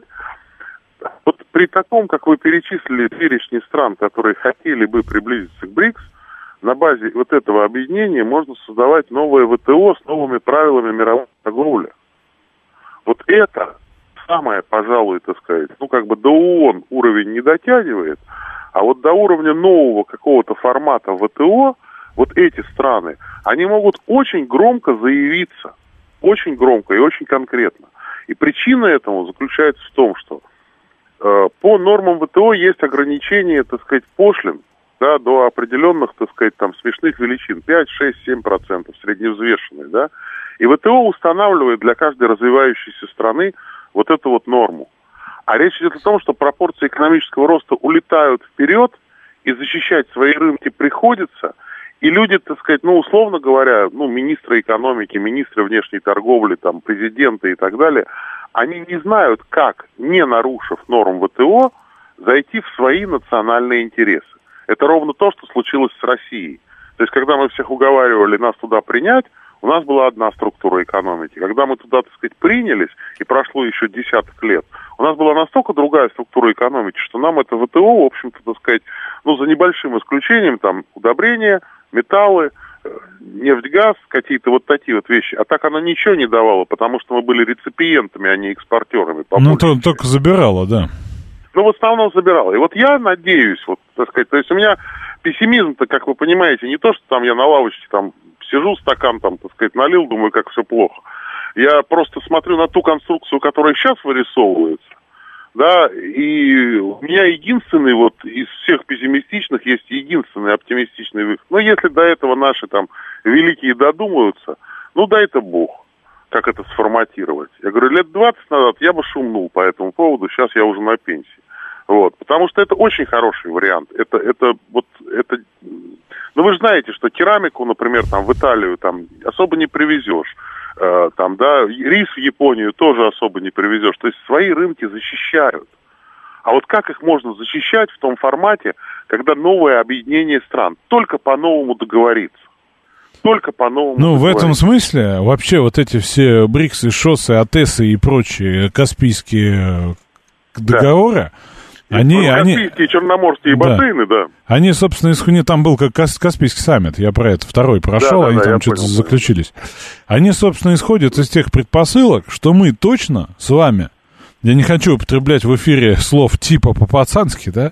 Вот при таком, как вы перечислили, перечне стран, которые хотели бы приблизиться к БРИКС, на базе вот этого объединения можно создавать новое ВТО с новыми правилами мировой торговли. Вот это самое, пожалуй, так сказать, ну как бы до ООН уровень не дотягивает, а вот до уровня нового какого-то формата ВТО, вот эти страны, они могут очень громко заявиться, очень громко и очень конкретно. И причина этому заключается в том, что по нормам ВТО есть ограничение, так сказать, пошлин, да, до определенных, так сказать, там смешных величин, 5, 6, 7% средневзвешенных, да. И ВТО устанавливает для каждой развивающейся страны вот эту вот норму. А речь идет о том, что пропорции экономического роста улетают вперед, и защищать свои рынки приходится, и люди, так сказать, ну, условно говоря, ну, министры экономики, министры внешней торговли, там, президенты и так далее, они не знают, как, не нарушив норм ВТО, зайти в свои национальные интересы. Это ровно то, что случилось с Россией. То есть, когда мы всех уговаривали нас туда принять, у нас была одна структура экономики. Когда мы туда, так сказать, принялись, и прошло еще десяток лет, у нас была настолько другая структура экономики, что нам это ВТО, в общем-то, так сказать, ну, за небольшим исключением, там, удобрения, металлы, нефть, газ, какие-то вот такие вот вещи. А так оно ничего не давало, потому что мы были реципиентами, а не экспортерами. Ну, только забирало, да. Ну, в основном забирало. И вот я надеюсь, вот, так сказать, то есть у меня пессимизм-то, как вы понимаете, не то, что там я на лавочке там сижу, стакан там, так сказать, налил, думаю, как все плохо. Я просто смотрю на ту конструкцию, которая сейчас вырисовывается, да, и у меня единственный вот из всех пессимистичных есть единственный оптимистичный выход. Но если до этого наши там великие додумаются, ну, дай-то Бог. как это сформатировать. Я говорю, лет 20 назад я бы шумнул по этому поводу, сейчас я уже на пенсии. Вот, потому что это очень хороший вариант. Ну, вы же знаете, что керамику, например, там в Италию там особо не привезешь. Там, да, рис в Японию тоже особо не привезешь. То есть свои рынки защищают. А вот как их можно защищать в том формате, когда новое объединение стран? Только по-новому договориться. Только по-новому договориться. В этом смысле вообще вот эти все БРИКСы, ШОСы, АТЭСы и прочие Каспийские договоры, Каспийские, черноморские бассейны, да. Они, собственно, там был как Каспийский саммит, я про это, второй прошел, они там что-то заключились. Они, собственно, исходят из тех предпосылок, что мы точно с вами, я не хочу употреблять в эфире слов типа по-пацански, да,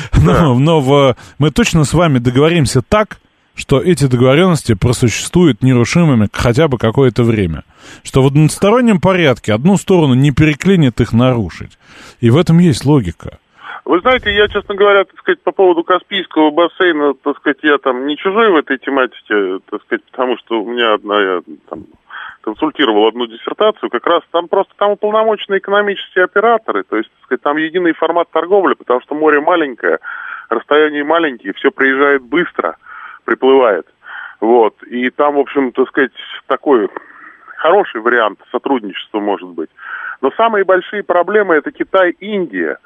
но мы точно с вами договоримся так, что эти договоренности просуществуют нерушимыми хотя бы какое-то время. Что в одностороннем порядке одну сторону не переклинит их нарушить. И в этом есть логика. Вы знаете, я, честно говоря, так сказать, по поводу Каспийского бассейна, так сказать, я там не чужой в этой тематике, так сказать, потому что у меня я консультировал одну диссертацию, как раз там уполномоченные экономические операторы, то есть, так сказать, там единый формат торговли, потому что море маленькое, расстояние маленькие, все приезжает быстро, приплывает, вот, и там, в общем, так сказать, такой хороший вариант сотрудничества может быть. Но самые большие проблемы это Китай, Индия,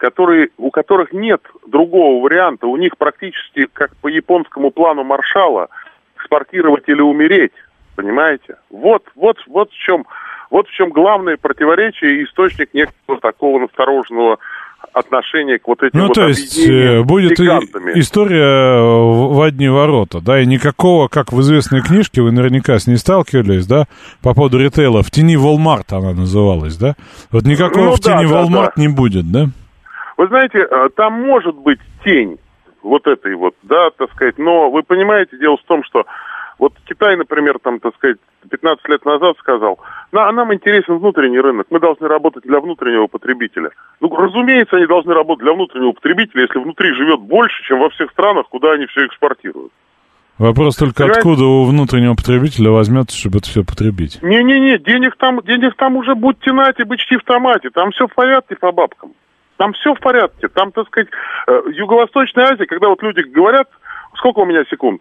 у которых нет другого варианта. У них практически, как по японскому плану Маршалла, экспортировать или умереть. Понимаете? Вот в чем главное противоречие и источник некоторого такого настороженного отношения к вот этим объединениям. Будет история в одни ворота, да, и никакого, как в известной книжке, вы наверняка с ней сталкивались, да, по поводу ритейла, в тени Walmart она называлась, да? Вот никакого в тени Walmart не будет, да? Вы знаете, там может быть тень вот этой вот, да, так сказать, но вы понимаете, дело в том, что вот Китай, например, там, так сказать, 15 лет назад сказал, нам интересен внутренний рынок, мы должны работать для внутреннего потребителя. Ну, разумеется, они должны работать для внутреннего потребителя, если внутри живет больше, чем во всех странах, куда они все экспортируют. Вопрос только, понимаете, откуда у внутреннего потребителя возьмется, чтобы это все потребить? Не-не-не, денег там уже будьте нате, бычки в томате, там все в порядке по бабкам. Там все в порядке. Там, так сказать, Юго-Восточная Азия, когда вот люди говорят... Сколько у меня секунд?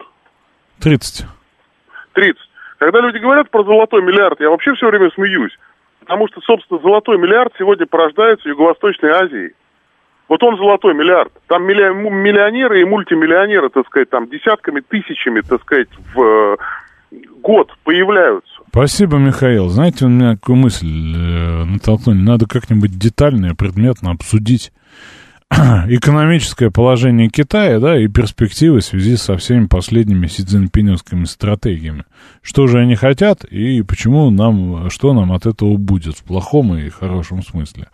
30. Когда люди говорят про золотой миллиард, я вообще все время смеюсь. Потому что, собственно, золотой миллиард сегодня порождается в Юго-Восточной Азии. Вот он золотой миллиард. Там миллионеры и мультимиллионеры, так сказать, там десятками, тысячами, так сказать, в год появляются. Спасибо, Михаил. Знаете, у меня такую мысль натолкнули. Надо как-нибудь детально и предметно обсудить экономическое положение Китая, да, и перспективы в связи со всеми последними си-цзиньпиневскими стратегиями. Что же они хотят и почему что нам от этого будет в плохом и хорошем смысле.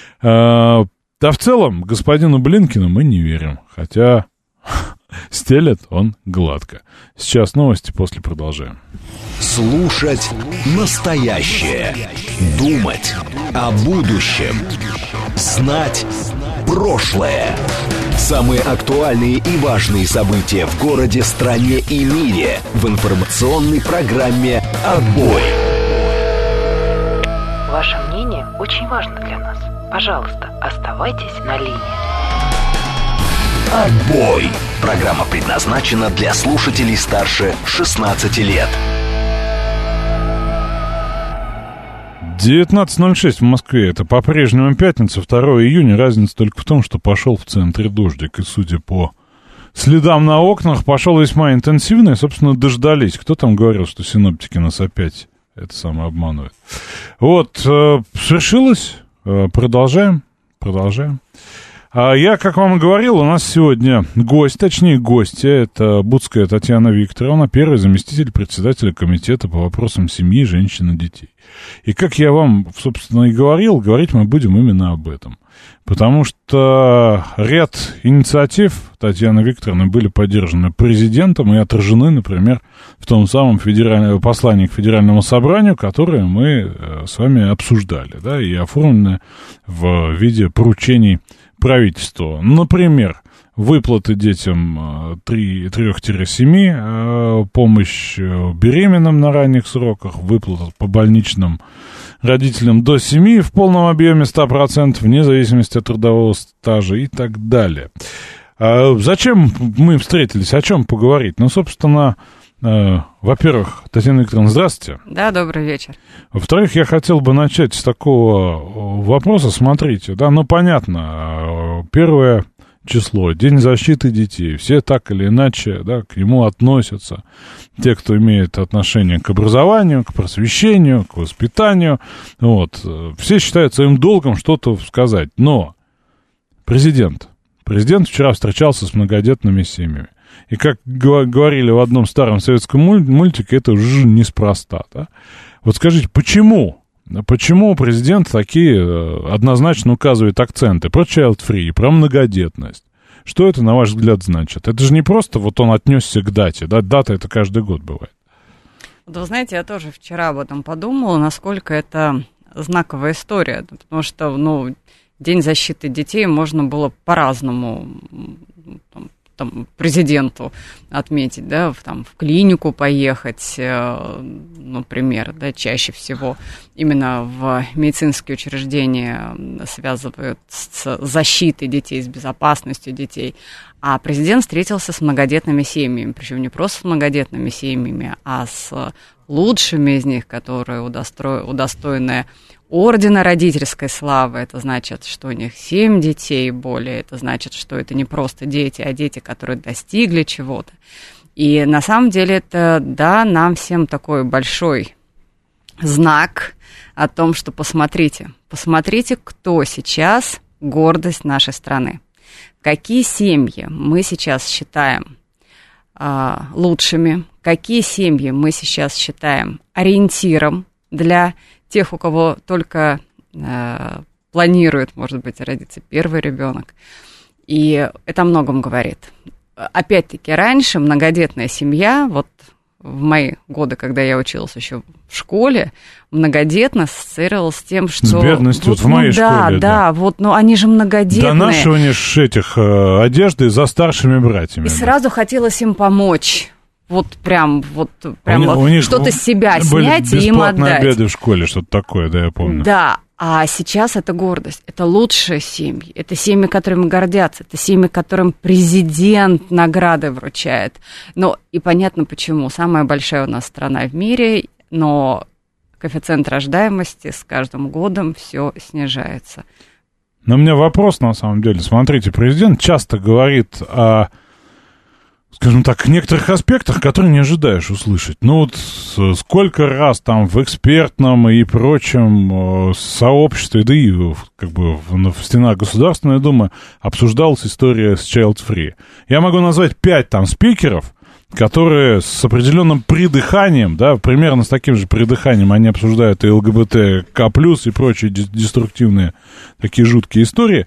Да, в целом, господину Блинкину мы не верим, хотя стелет он гладко. Сейчас новости, после продолжаем. Слушать настоящее. Думать о будущем. Знать прошлое. Самые актуальные и важные события в городе, стране и мире в информационной программе «Отбой». Ваше мнение очень важно для нас. Пожалуйста, оставайтесь на линии. «Отбой». Программа предназначена для слушателей старше 16 лет. 19:06 в Москве. Это по-прежнему пятница, 2 июня. Разница только в том, что пошел в центре дождик. И, судя по следам на окнах, пошел весьма интенсивно. И, собственно, дождались. Кто там говорил, что синоптики нас опять это самое обманывают? Вот, свершилось. Продолжаем. Я, как вам и говорил, у нас сегодня гостья, это Буцкая Татьяна Викторовна, первый заместитель председателя комитета по вопросам семьи, женщин и детей. И как я вам, собственно, и говорил, говорить мы будем именно об этом. Потому что ряд инициатив Татьяны Викторовны были поддержаны президентом и отражены, например, в том самом послании к Федеральному собранию, которое мы с вами обсуждали, да, и оформлены в виде поручений правительству. Например, выплаты детям 3-7, помощь беременным на ранних сроках, выплаты по больничным родителям до 7 в полном объеме 100%, вне зависимости от трудового стажа и так далее. Зачем мы встретились? О чем поговорить? Ну, собственно, во-первых, Татьяна Викторовна, здравствуйте. Да, добрый вечер. Во-вторых, я хотел бы начать с такого вопроса. Смотрите, да, ну, понятно, 1 число, День защиты детей. Все так или иначе, да, к нему относятся. Те, кто имеет отношение к образованию, к просвещению, к воспитанию. Вот. Все считают своим долгом что-то сказать. Но президент вчера встречался с многодетными семьями. И как говорили в одном старом советском мультике, это уже неспроста. Да? Вот скажите, почему президент такие однозначно указывает акценты про child-free, про многодетность? Что это, на ваш взгляд, значит? Это же не просто вот он отнесся к дате, да? Дата это каждый год бывает. Вот вы знаете, я тоже вчера об этом подумала, насколько это знаковая история, потому что, ну, День защиты детей можно было по-разному там, президенту отметить, да, в клинику поехать, например, да, чаще всего именно в медицинские учреждения связывают с защитой детей, с безопасностью детей. А президент встретился с многодетными семьями, причем не просто с многодетными семьями, а с лучшими из них, которые удостоены ордена родительской славы. Это значит, что у них 7 детей и более. Это значит, что это не просто дети, а дети, которые достигли чего-то. И на самом деле это, да, нам всем такой большой знак о том, что посмотрите, кто сейчас гордость нашей страны. Какие семьи мы сейчас считаем лучшими, какие семьи мы сейчас считаем ориентиром для тех, у кого только планирует, может быть, родиться первый ребенок. И это о многом говорит. Опять-таки, раньше многодетная семья, вот в мои годы, когда я училась еще в школе, многодетно ассоциировалась с тем, что... С бедностью, вот в моей школе. Да, вот, но они же многодетные. Донашивание этих одежды за старшими братьями. И сразу хотелось им помочь. Вот прям у них что-то с себя снять и им отдать. Бесплатные обеды в школе, что-то такое, да, я помню. Да, а сейчас это гордость, это лучшие семьи, это семьи, которыми гордятся, это семьи, которым президент награды вручает. Ну, и понятно почему. Самая большая у нас страна в мире, но коэффициент рождаемости с каждым годом все снижается. Но у меня вопрос, на самом деле. Смотрите, президент часто говорит о, скажем так, некоторых аспектах, которые не ожидаешь услышать. Ну вот сколько раз там в экспертном и прочем сообществе, да и как бы в стенах Государственной Думы обсуждалась история с child-free. Я могу назвать 5 там спикеров, которые с определенным придыханием, да, примерно с таким же придыханием они обсуждают и ЛГБТК+, и прочие деструктивные такие жуткие истории.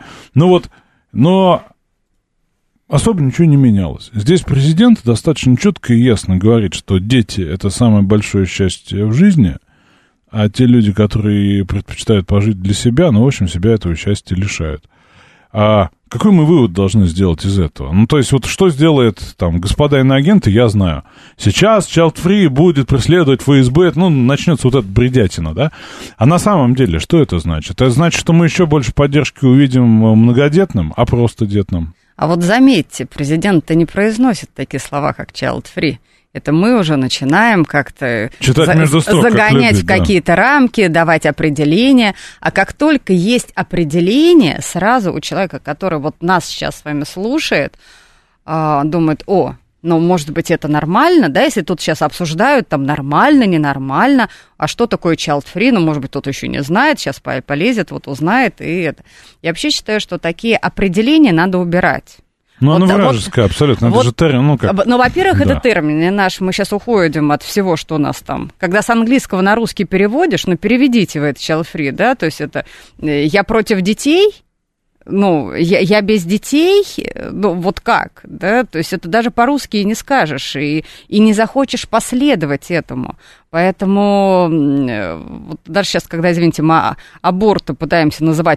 Но особо ничего не менялось. Здесь президент достаточно четко и ясно говорит, что дети — это самое большое счастье в жизни, а те люди, которые предпочитают пожить для себя, ну, в общем, себя этого счастья лишают. А какой мы вывод должны сделать из этого? Ну, то есть, вот что сделает там господа иноагенты, я знаю. Сейчас child-free будет преследовать ФСБ, ну, начнется вот эта бредятина, да? А на самом деле, что это значит? Это значит, что мы еще больше поддержки увидим многодетным, а просто детным. А вот заметьте, президент-то не произносит такие слова, как child-free. Это мы уже начинаем как-то загонять в какие-то рамки, давать определения. А как только есть определение, сразу у человека, который вот нас сейчас с вами слушает, думает, ну, может быть, это нормально, да, если тут сейчас обсуждают, там, нормально, ненормально, а что такое child-free, ну, может быть, кто-то еще не знает, сейчас полезет, вот узнает, и это. Я вообще считаю, что такие определения надо убирать. Ну, оно вражеское, абсолютно, это же термин, ну, как... Ну, во-первых, это термин наш, мы сейчас уходим от всего, что у нас там. Когда с английского на русский переводишь, ну, переведите вы это child-free, да, то есть это «я против детей», ну, я без детей, ну, вот как, да, то есть это даже по-русски и не скажешь, и не захочешь последовать этому. Поэтому вот даже сейчас, когда, извините, мы аборты пытаемся называть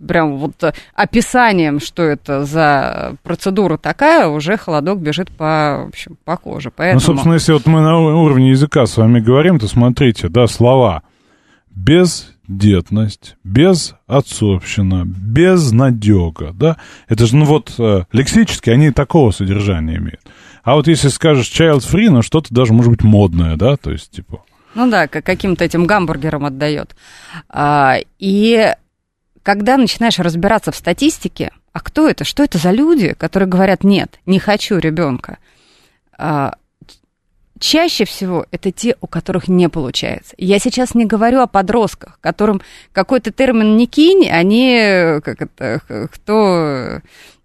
прям вот описанием, что это за процедура такая, уже холодок бежит по коже. Поэтому... Ну, собственно, если вот мы на уровне языка с вами говорим, то смотрите, да, слова бездетность, безотцовщина, безнадега, да, это же, ну вот, лексически они такого содержания имеют. А вот если скажешь child-free, ну, что-то даже, может быть, модное, да, то есть, типа... Ну да, каким-то этим гамбургером отдает. И когда начинаешь разбираться в статистике, а кто это, что это за люди, которые говорят, нет, не хочу ребенка, чаще всего это те, у которых не получается. Я сейчас не говорю о подростках, которым какой-то термин не кинь, они, кто...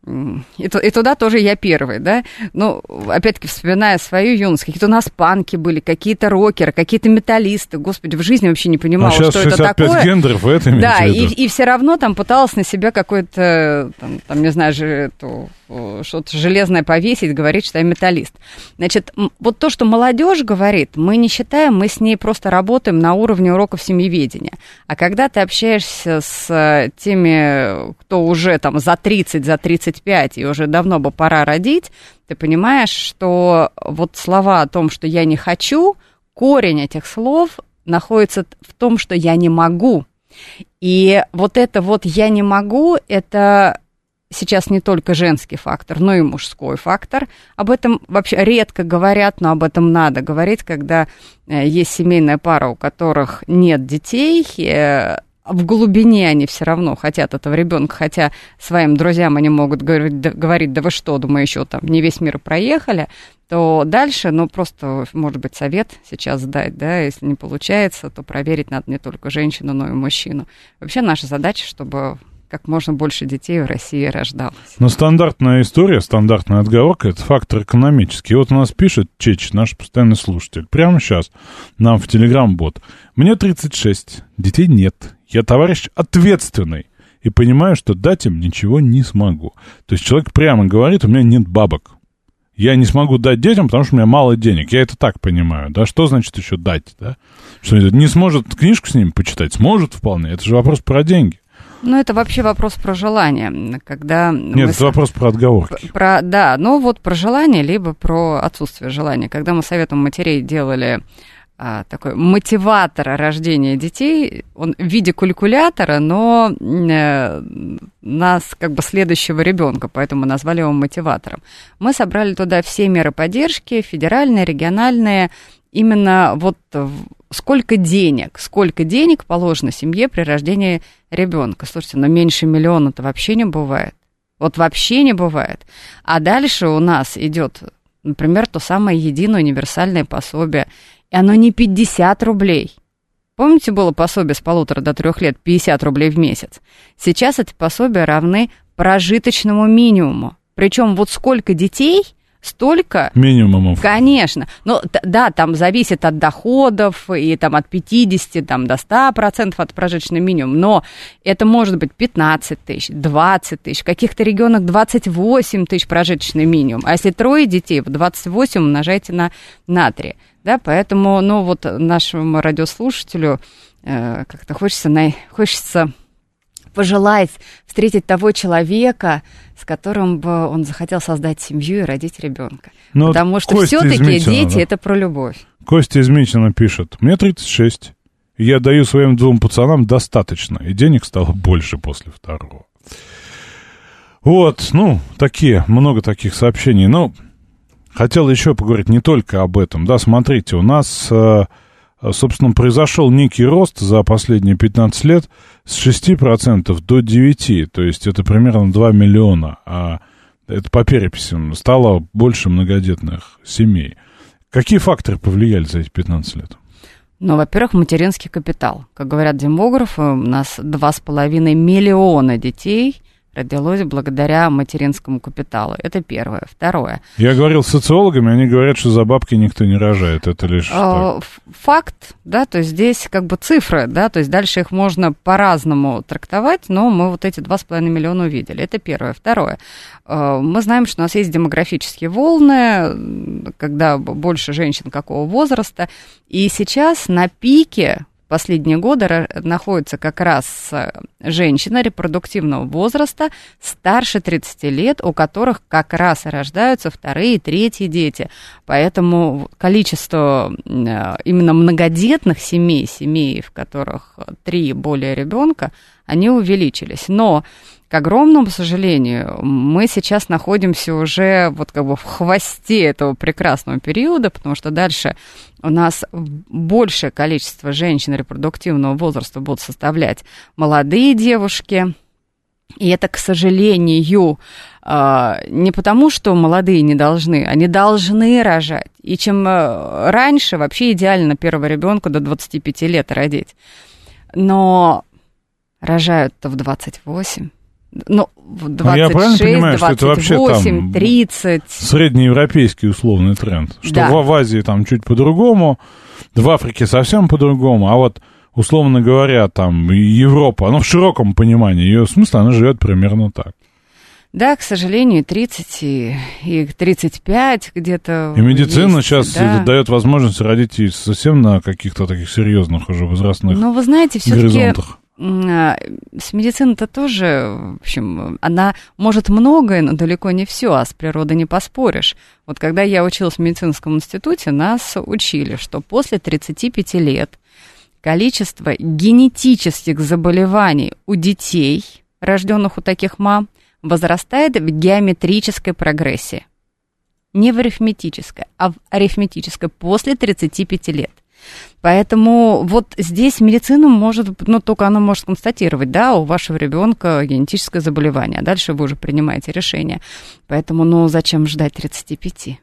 И туда тоже я первый, да, ну, опять-таки, вспоминая свою юность, какие-то у нас панки были, какие-то рокеры, какие-то металлисты, господи, в жизни вообще не понимала, что это такое. 65 гендеров, это имеется в виду? Да, и все равно там пыталась на себя какое-то, там не знаю, что-то железное повесить, говорить, что я металлист. Значит, вот то, что молодежь говорит, мы не считаем, мы с ней просто работаем на уровне уроков семьеведения. А когда ты общаешься с теми, кто уже там за 30, за 35, и уже давно бы пора родить, ты понимаешь, что вот слова о том, что я не хочу, корень этих слов находится в том, что я не могу. И вот это вот я не могу, это сейчас не только женский фактор, но и мужской фактор. Об этом вообще редко говорят, но об этом надо говорить, когда есть семейная пара, у которых нет детей. В глубине они все равно хотят этого ребенка, хотя своим друзьям они могут говорить, да вы что, думаю, еще там не весь мир проехали, то дальше, ну, просто, может быть, совет сейчас дать, да, если не получается, то проверить надо не только женщину, но и мужчину. Вообще наша задача, чтобы как можно больше детей в России рождалось. Но стандартная история, стандартная отговорка — это фактор экономический. И вот у нас пишет Чеч, наш постоянный слушатель, прямо сейчас нам в Телеграм-бот. Мне 36, детей нет. Я товарищ ответственный и понимаю, что дать им ничего не смогу. То есть человек прямо говорит, у меня нет бабок. Я не смогу дать детям, потому что у меня мало денег. Я это так понимаю, да? Что значит еще дать, да? Что не сможет книжку с ними почитать? Сможет вполне. Это же вопрос про деньги. Ну, это вообще вопрос про желание, когда... Нет, это вопрос про отговорки. Да, ну вот про желание, либо про отсутствие желания. Когда мы советом матерей делали такой мотиватор рождения детей, он в виде калькулятора, но нас как бы следующего ребенка, поэтому назвали его мотиватором. Мы собрали туда все меры поддержки, федеральные, региональные, именно вот сколько денег положено семье при рождении ребенка. Слушайте, но меньше миллиона-то вообще не бывает. Вот вообще не бывает. А дальше у нас идет, например, то самое единое универсальное пособие. И оно не 50 рублей. Помните, было пособие с 1,5 до 3 лет 50 рублей в месяц? Сейчас эти пособия равны прожиточному минимуму. Причем вот сколько детей, столько... Минимумов. Конечно. Но да, там зависит от доходов, и там от 50 там, до 100% от прожиточного минимума. Но это может быть 15 тысяч, 20 тысяч, в каких-то регионах 28 тысяч прожиточный минимум. А если 3 детей, 28 умножайте на 3. Да, поэтому, ну, вот нашему радиослушателю как-то хочется пожелать встретить того человека, с которым бы он захотел создать семью и родить ребенка. Но потому что все-таки дети да? Это про любовь. Костя из Митина пишет: мне 36, и я даю своим 2 пацанам достаточно, и денег стало больше после 2-го. Вот, ну, много таких сообщений. Но хотел еще поговорить не только об этом. Да, смотрите, у нас, собственно, произошел некий рост за последние 15 лет с 6% до 9%. То есть это примерно 2 миллиона. А это по переписям стало больше многодетных семей. Какие факторы повлияли за эти 15 лет? Ну, во-первых, материнский капитал. Как говорят демографы, у нас 2,5 миллиона детей родилось благодаря материнскому капиталу. Это первое. Второе. Я говорил с социологами, они говорят, что за бабки никто не рожает. Это лишь факт, да, то есть здесь как бы цифры, да, то есть дальше их можно по-разному трактовать, но мы вот эти 2,5 миллиона увидели. Это первое. Второе. Мы знаем, что у нас есть демографические волны, когда больше женщин какого возраста, и сейчас на пике последние годы находится как раз женщина репродуктивного возраста старше 30 лет, у которых как раз и рождаются вторые и третьи дети. Поэтому количество именно многодетных семей, в которых 3 и более ребенка, они увеличились. Но, к огромному сожалению, мы сейчас находимся уже вот как бы в хвосте этого прекрасного периода, потому что дальше у нас большее количество женщин репродуктивного возраста будут составлять молодые девушки. И это, к сожалению, не потому, что молодые не должны, они должны рожать. И чем раньше, вообще идеально первого ребенка до 25 лет родить. Но рожают-то в 28. Ну, в 26, я правильно понимаю, 28, что это вообще там 30. Среднеевропейский условный тренд? Что да. В Азии там чуть по-другому, в Африке совсем по-другому, а вот, условно говоря, там Европа, ну, в широком понимании ее смысла, она живет примерно так. Да, к сожалению, 30 и 35 где-то. И медицина есть, сейчас дает возможность родить и совсем на каких-то таких серьезных уже возрастных горизонтах. Но вы знаете, все-таки с медициной-то тоже, в общем, она может многое, но далеко не все, а с природой не поспоришь. Вот когда я училась в медицинском институте, нас учили, что после 35 лет количество генетических заболеваний у детей, рожденных у таких мам, возрастает в геометрической прогрессии. Не в арифметической, а в арифметической после 35 лет. Поэтому вот здесь медицина может, ну, только она может констатировать, да, у вашего ребенка генетическое заболевание, а дальше вы уже принимаете решение. Поэтому, ну, зачем ждать 35?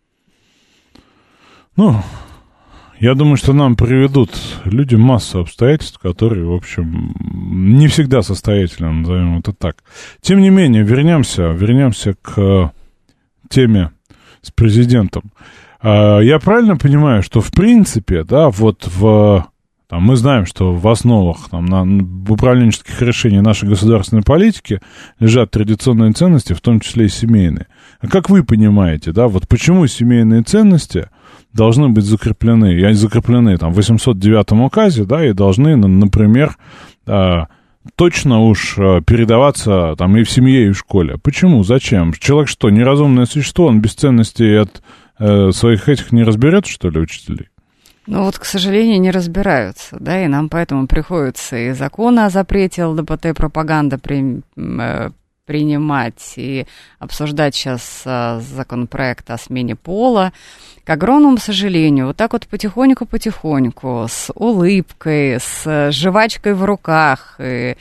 Ну, я думаю, что нам приведут люди массу обстоятельств, которые, в общем, не всегда состоятельны, назовем это так. Тем не менее, вернемся к теме с президентом. Я правильно понимаю, что в принципе, да, вот там, мы знаем, что в основах в управленческих решениях нашей государственной политики лежат традиционные ценности, в том числе и семейные. А как вы понимаете, да, вот почему семейные ценности должны быть закреплены там, в 809-м указе, да, и должны, например, точно уж передаваться там и в семье, и в школе? Почему? Зачем? Человек что, неразумное существо, он без ценностей от своих этих не разберет, что ли, учителей? Ну вот, к сожалению, не разбираются, да, и нам поэтому приходится и законы о запрете ЛГБТ-пропаганды принимать, и обсуждать сейчас законопроект о смене пола. К огромному сожалению, вот так вот потихоньку, с улыбкой, с жвачкой в руках и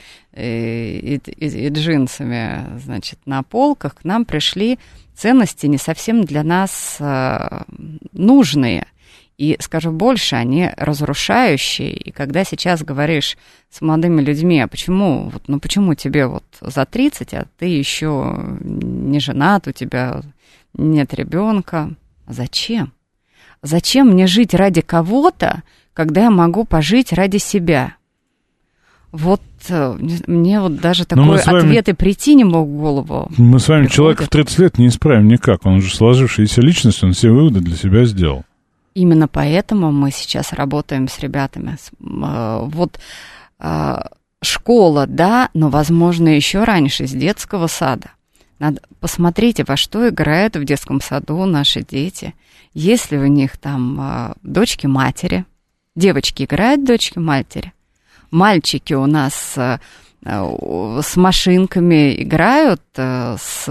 джинсами, значит, на полках к нам пришли ценности не совсем для нас нужные. И, скажу больше, они разрушающие. И когда сейчас говоришь с молодыми людьми, а почему, почему тебе вот за 30, а ты еще не женат, у тебя нет ребенка? Зачем? Зачем мне жить ради кого-то, когда я могу пожить ради себя? Вот мне вот даже такой ответ и прийти не мог в голову. Мы с вами человека в 30 лет не исправим никак. Он уже сложившаяся личность, он все выводы для себя сделал. Именно поэтому мы сейчас работаем с ребятами. Вот школа, да, но, возможно, еще раньше, с детского сада. Посмотрите, во что играют в детском саду наши дети. Если у них там дочки-матери, девочки играют дочки-матери, мальчики у нас с машинками играют, с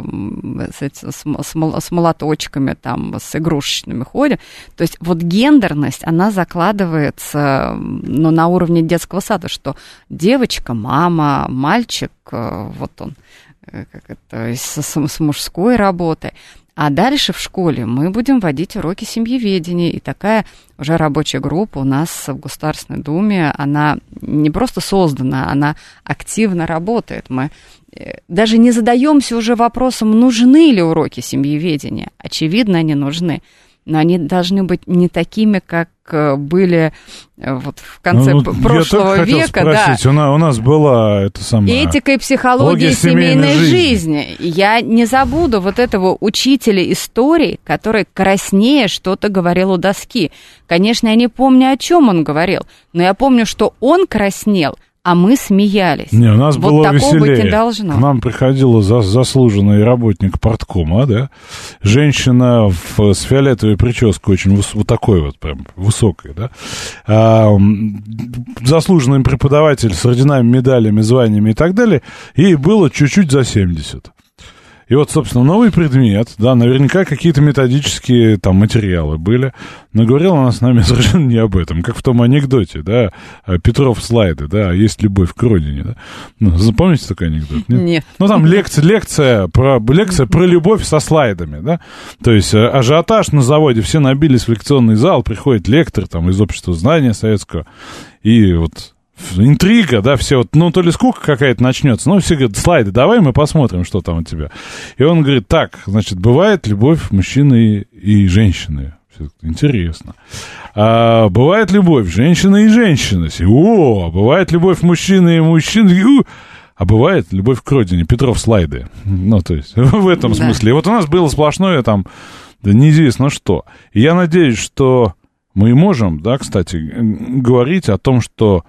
молоточками, там, с игрушечными ходят. То есть вот гендерность, она закладывается на уровне детского сада, что девочка, мама, мальчик, вот он, с мужской работой. А дальше в школе мы будем вводить уроки семьеведения, и такая уже рабочая группа у нас в Государственной Думе, она не просто создана, она активно работает. Мы даже не задаемся уже вопросом, нужны ли уроки семьеведения. Очевидно, они нужны. но они должны быть не такими, как были вот в конце прошлого века. Спросить, да. У нас была эта самая... Этика и психология семейной жизни. Я не забуду вот этого учителя истории, который краснея что-то говорил у доски. Конечно, я не помню, о чем он говорил, но я помню, что он краснел, а мы смеялись. Не, у нас вот было такого веселее. быть не должно. К нам приходила заслуженный работник парткома, да, женщина с фиолетовой прической, очень вот такой вот прям высокой, да, заслуженный преподаватель с орденами, медалями, званиями и так далее, ей было чуть-чуть за 70. И вот, собственно, новый предмет, да, наверняка какие-то методические там материалы были, но говорила она с нами совершенно не об этом, как в том анекдоте, да, Петров слайды, да, есть любовь к родине, да. Ну, запомните такой анекдот? Нет. Ну, там лекция про любовь со слайдами, да, то есть ажиотаж на заводе, все набились в лекционный зал, приходит лектор там из общества знания советского, и вот... Интрига, да, все вот, ну, то ли скука какая-то начнется, ну, все говорят, слайды давай, мы посмотрим, что там у тебя. И он говорит, так, значит, бывает любовь мужчины и женщины. Интересно. А бывает любовь женщины и женщины. О, бывает любовь мужчины и мужчины. А бывает любовь к родине. Петров слайды. Ну, то есть, в этом смысле. И вот у нас было сплошное там, да неизвестно что. И я надеюсь, что мы можем, да, кстати, говорить о том, что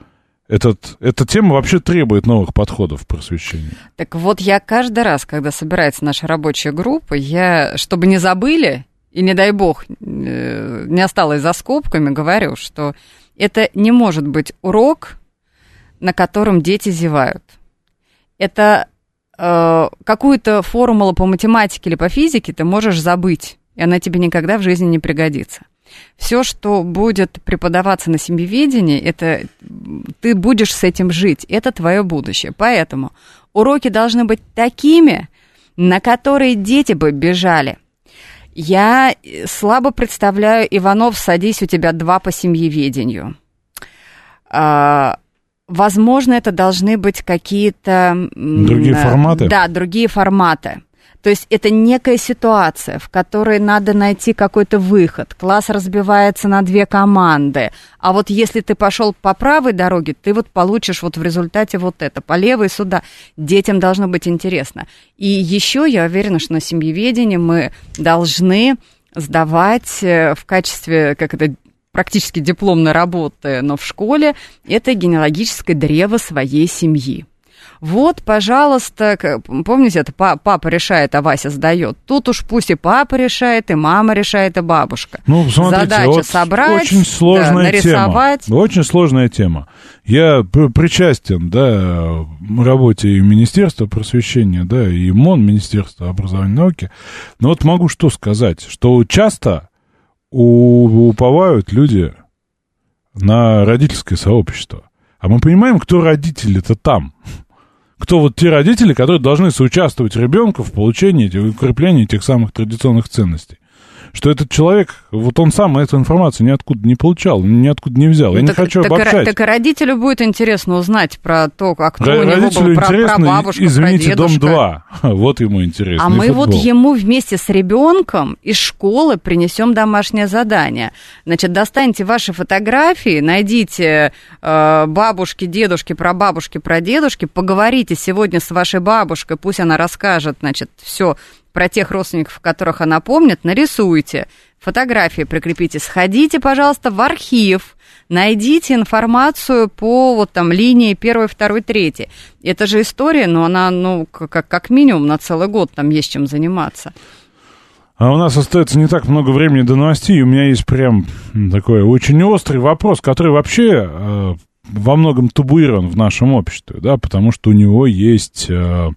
эта тема вообще требует новых подходов в просвещении. Так вот, я каждый раз, когда собирается наша рабочая группа, чтобы не забыли, и не дай бог, не осталось за скобками, говорю, что это не может быть урок, на котором дети зевают. Это какую-то формулу по математике или по физике ты можешь забыть, и она тебе никогда в жизни не пригодится. Все, что будет преподаваться на семьеведении, это ты будешь с этим жить, это твое будущее. Поэтому уроки должны быть такими, на которые дети бы бежали. Я слабо представляю, Иванов, садись, у тебя 2 по семьеведению. Возможно, это должны быть какие-то... Другие форматы? Да, другие форматы. То есть это некая ситуация, в которой надо найти какой-то выход. Класс разбивается на 2 команды. А вот если ты пошел по правой дороге, ты вот получишь вот в результате вот это. По левой сюда. Детям должно быть интересно. И еще я уверена, что на семьеведении мы должны сдавать в качестве, как это, практически дипломной работы, но в школе, это генеалогическое древо своей семьи. Вот, пожалуйста, помните, это папа решает, а Вася сдает. Тут уж пусть и папа решает, и мама решает, и бабушка. Ну, смотрите, задача вот собрать, очень сложная нарисовать. Тема. Очень сложная тема. Я причастен, да, работе и Министерства просвещения, да, и МОН, Министерства образования и науки. Но вот могу что сказать, что часто уповают люди на родительское сообщество. А мы понимаем, кто родители-то там. Кто вот те родители, которые должны соучаствовать ребенку в получении и укреплении тех самых традиционных ценностей. Что этот человек, вот он сам эту информацию ниоткуда не получал, ниоткуда не взял. Я не хочу обобщать. Так и родителю будет интересно узнать про то, а кто у него был прабабушка, извините, прадедушка. Дом 2. Вот ему интересно. А мы вот ему вместе с ребенком из школы принесем домашнее задание. Значит, достаньте ваши фотографии, найдите бабушки, дедушки, прабабушки, прадедушки, поговорите сегодня с вашей бабушкой, пусть она расскажет, значит, все про тех родственников, которых она помнит, нарисуйте, фотографии прикрепите, сходите, пожалуйста, в архив, найдите информацию по вот там линии 1, 2, 3. Это же история, но она, ну, как минимум на целый год там есть чем заниматься. А у нас остается не так много времени до новостей, и у меня есть прям такой очень острый вопрос, который вообще во многом табуирован в нашем обществе, да, потому что у него есть...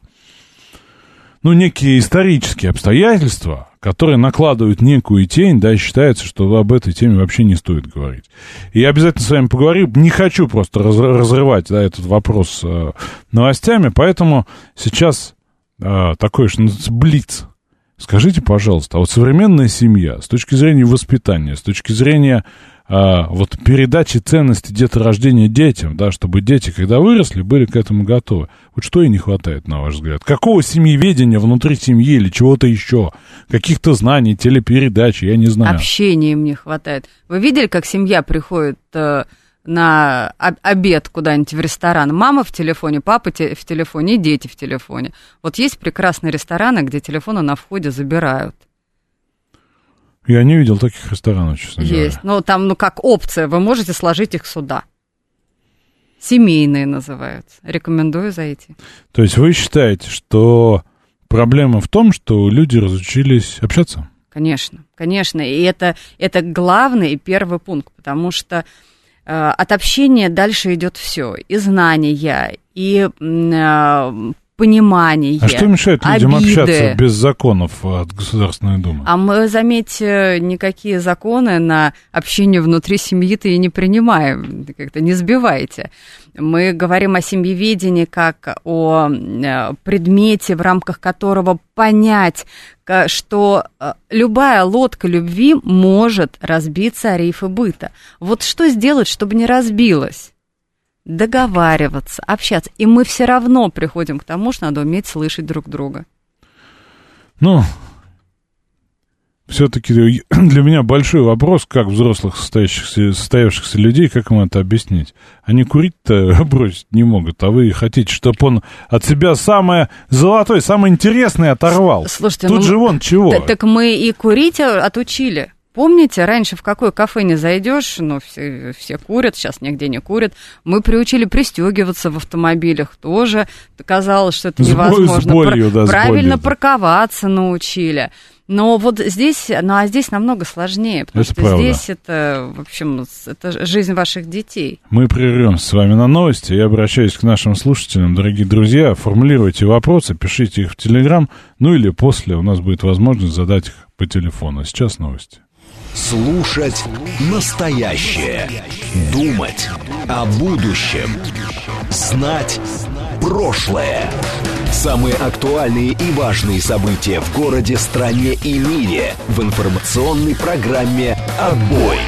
некие исторические обстоятельства, которые накладывают некую тень, да, и считается, что об этой теме вообще не стоит говорить. И я обязательно с вами поговорю, не хочу просто разрывать, да, этот вопрос новостями, поэтому сейчас такой же блиц. Скажите, пожалуйста, а вот современная семья с точки зрения воспитания, с точки зрения вот передачи ценности деторождения детям, да, чтобы дети, когда выросли, были к этому готовы. Вот что ей не хватает, на ваш взгляд? Какого семьеведения внутри семьи или чего-то еще? Каких-то знаний, телепередач, я не знаю. Общения им не хватает. Вы видели, как семья приходит на обед куда-нибудь в ресторан? Мама в телефоне, папа в телефоне и дети в телефоне. Вот есть прекрасные рестораны, где телефоны на входе забирают. Я не видел таких ресторанов, честно говоря. Есть. Ну, там, как опция, вы можете сложить их сюда. Семейные называются. Рекомендую зайти. То есть вы считаете, что проблема в том, что люди разучились общаться? Конечно, конечно. И это главный и первый пункт, потому что от общения дальше идет все. И знания, и понимание, А что мешает людям обиды. общаться без законов от Государственной Думы? А мы, заметьте, никакие законы на общение внутри семьи-то и не принимаем, как-то не сбивайте. Мы говорим о семьеведении как о предмете, в рамках которого понять, что любая лодка любви может разбиться о рифы быта. Вот что сделать, чтобы не разбилась? Договариваться, общаться. И мы все равно приходим к тому, что надо уметь слышать друг друга. Ну, все-таки для меня большой вопрос, как взрослых состоявшихся людей, как им это объяснить. Они курить-то бросить не могут, а вы хотите, чтобы он от себя самое золотое, самое интересное оторвал. Слушайте, тут же вон чего. Так мы и курить отучили. Помните, раньше в какое кафе не зайдешь, ну, все курят, сейчас нигде не курят. Мы приучили пристегиваться в автомобилях тоже. Казалось, что это невозможно. С болью, да, правильно с болью, парковаться научили. Но вот здесь, здесь намного сложнее, потому это что правда. Здесь это, в общем, это жизнь ваших детей. Мы прервемся с вами на новости. Я обращаюсь к нашим слушателям, дорогие друзья. Формулируйте вопросы, пишите их в Телеграм, ну или после у нас будет возможность задать их по телефону. Сейчас новости. Слушать настоящее. Думать о будущем. Знать прошлое. Самые актуальные и важные события в городе, стране и мире в информационной программе «Отбой».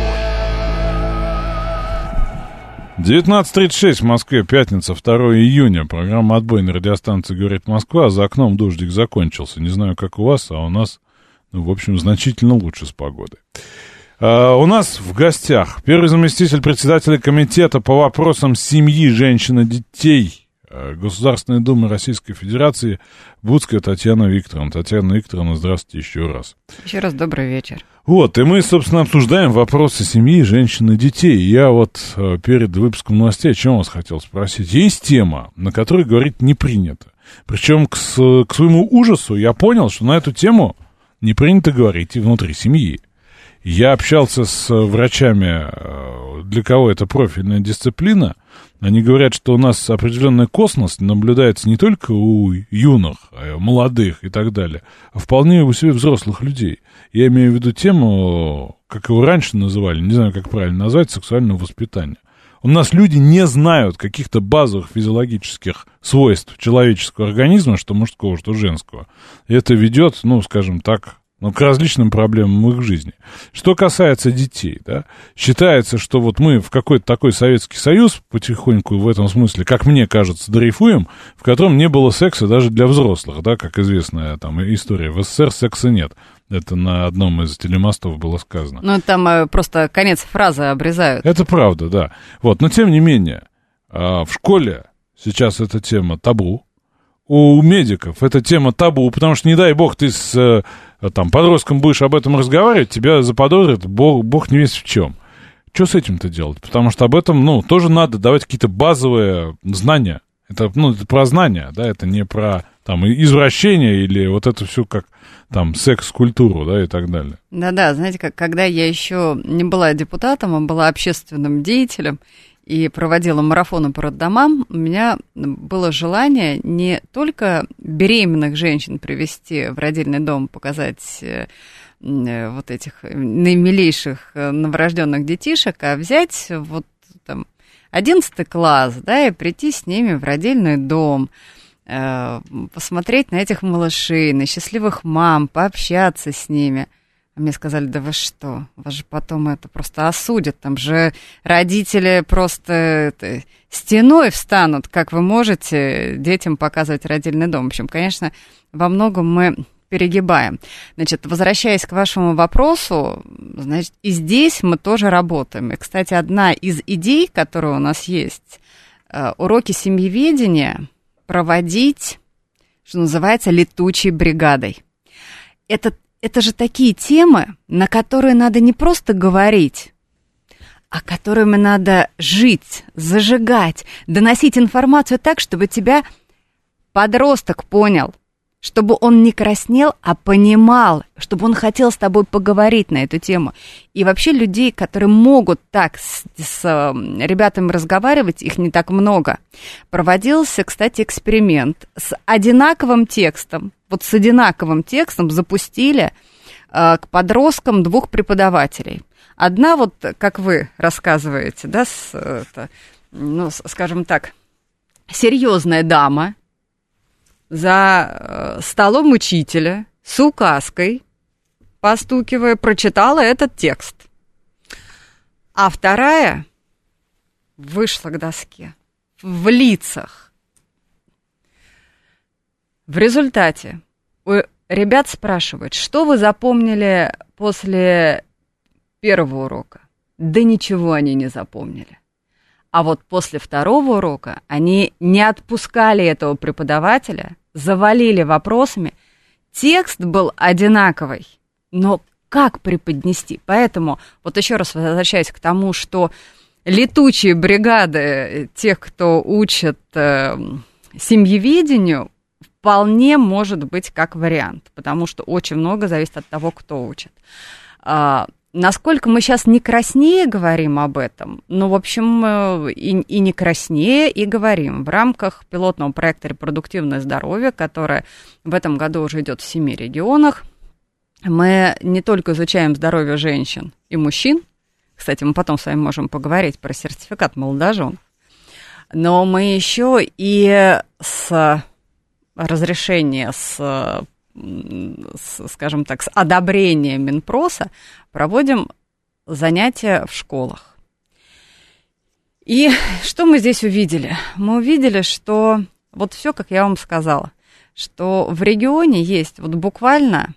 19:36 в Москве, пятница, 2 июня. Программа «Отбой» на радиостанции «Говорит Москва». За окном дождик закончился. Не знаю, как у вас, а у нас... Ну, в общем, значительно лучше с погодой. У нас в гостях первый заместитель председателя комитета по вопросам семьи, женщин и детей Государственной Думы Российской Федерации Буцкая Татьяна Викторовна. Татьяна Викторовна, здравствуйте еще раз. Еще раз добрый вечер. Вот, и мы, собственно, обсуждаем вопросы семьи, женщин и детей. Я вот перед выпуском новостей о чем вас хотел спросить. Есть тема, на которой говорить не принято. Причем к своему ужасу я понял, что на эту тему не принято говорить и внутри семьи. Я общался с врачами, для кого это профильная дисциплина. Они говорят, что у нас определенная косность наблюдается не только у юных, молодых и так далее, а вполне у себе взрослых людей. Я имею в виду тему, как его раньше называли, не знаю, как правильно назвать, сексуального воспитания. У нас люди не знают каких-то базовых физиологических свойств человеческого организма, что мужского, что женского. И это ведет, ну, скажем так, к различным проблемам в их жизни. Что касается детей, да, считается, что вот мы в какой-то такой Советский Союз потихоньку в этом смысле, как мне кажется, дрейфуем, в котором не было секса даже для взрослых, да, как известная там история. В СССР секса нет. Это на одном из телемостов было сказано. Ну, там просто конец фразы обрезают. Это правда, да. Вот, но тем не менее, в школе сейчас эта тема табу. У медиков эта тема табу, потому что, не дай бог, ты с там, подростком будешь об этом разговаривать, тебя заподозрят, бог не весть в чем. Что с этим-то делать? Потому что об этом, ну, тоже надо давать какие-то базовые знания. Это, ну, это про знания, да, это не про там извращение или вот это все как там секс-культуру, да, и так далее. Да-да, знаете, когда я еще не была депутатом, а была общественным деятелем и проводила марафоны по роддомам, у меня было желание не только беременных женщин привести в родильный дом, показать вот этих наимилейших новорожденных детишек, а взять вот там 11 класс, да, и прийти с ними в родильный дом, посмотреть на этих малышей, на счастливых мам, пообщаться с ними. А мне сказали, да вы что, вас же потом это просто осудят, там же родители просто стеной встанут, как вы можете детям показывать родильный дом. В общем, конечно, во многом мы перегибаем. Значит, возвращаясь к вашему вопросу, значит, и здесь мы тоже работаем. И, кстати, одна из идей, которая у нас есть, уроки семьеведения проводить, что называется, летучей бригадой. Это же такие темы, на которые надо не просто говорить, а которыми надо жить, зажигать, доносить информацию так, чтобы тебя подросток понял, чтобы он не краснел, а понимал, чтобы он хотел с тобой поговорить на эту тему. И вообще людей, которые могут так с ребятами разговаривать, их не так много. Проводился, кстати, эксперимент с одинаковым текстом. Вот с одинаковым текстом запустили к подросткам 2 преподавателей. Одна, вот как вы рассказываете, да, скажем так, серьезная дама за столом учителя с указкой, постукивая, прочитала этот текст. А вторая вышла к доске в лицах. В результате у ребят спрашивают, что вы запомнили после первого урока? Да ничего они не запомнили. А вот после второго урока они не отпускали этого преподавателя, завалили вопросами. Текст был одинаковый, но как преподнести? Поэтому, вот еще раз возвращаясь к тому, что летучие бригады тех, кто учат семьеведению, вполне может быть как вариант, потому что очень много зависит от того, кто учит. Насколько мы сейчас не краснее говорим об этом, ну, в общем, и не краснее, и говорим. В рамках пилотного проекта «Репродуктивное здоровье», которое в этом году уже идет в 7 регионах, мы не только изучаем здоровье женщин и мужчин, кстати, мы потом с вами можем поговорить про сертификат молодожен, но мы еще и с разрешения, скажем так, с одобрения Минпроса проводим занятия в школах. И что мы здесь увидели? Мы увидели, что вот все, как я вам сказала, что в регионе есть вот буквально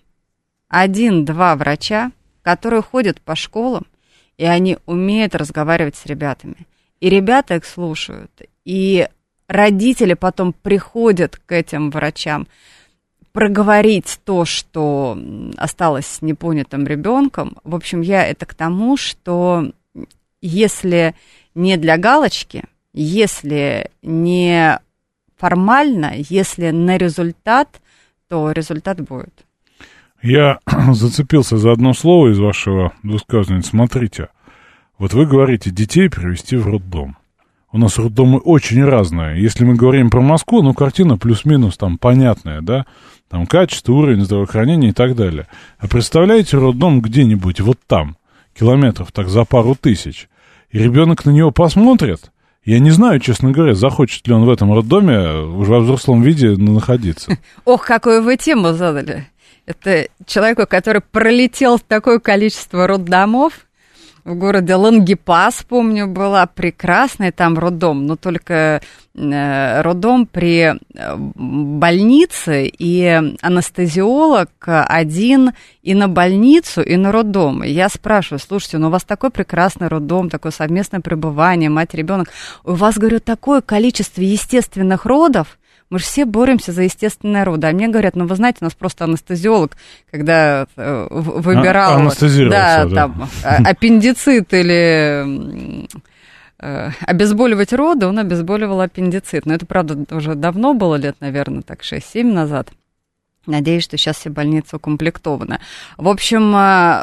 1-2 врача, которые ходят по школам, и они умеют разговаривать с ребятами. И ребята их слушают, и родители потом приходят к этим врачам проговорить то, что осталось непонятым ребенком. В общем, я это к тому, что если не для галочки, если не формально, если на результат, то результат будет. Я зацепился за одно слово из вашего высказывания. Смотрите, вот вы говорите, детей привести в роддом. У нас роддомы очень разные. Если мы говорим про Москву, ну, картина плюс-минус там понятная, да? Там качество, уровень здравоохранения и так далее. А представляете роддом где-нибудь вот там, километров так за пару тысяч, и ребенок на него посмотрит? Я не знаю, честно говоря, захочет ли он в этом роддоме уже во взрослом виде находиться. Ох, какую вы тему задали. Это человеку, который пролетел такое количество роддомов. В городе Лангепас, помню, была прекрасная там роддом, но только роддом при больнице, и анестезиолог один и на больницу, и на роддом. И я спрашиваю, слушайте, ну у вас такой прекрасный роддом, такое совместное пребывание, мать, ребенок, у вас, говорю, такое количество естественных родов, мы же все боремся за естественные роды. А мне говорят, ну, вы знаете, у нас просто анестезиолог, когда выбирал... Анестезировался, да. Там, аппендицит или обезболивать роды, он обезболивал аппендицит. Но это, правда, уже давно было, лет, наверное, так 6-7 назад. Надеюсь, что сейчас все больницы укомплектованы. В общем,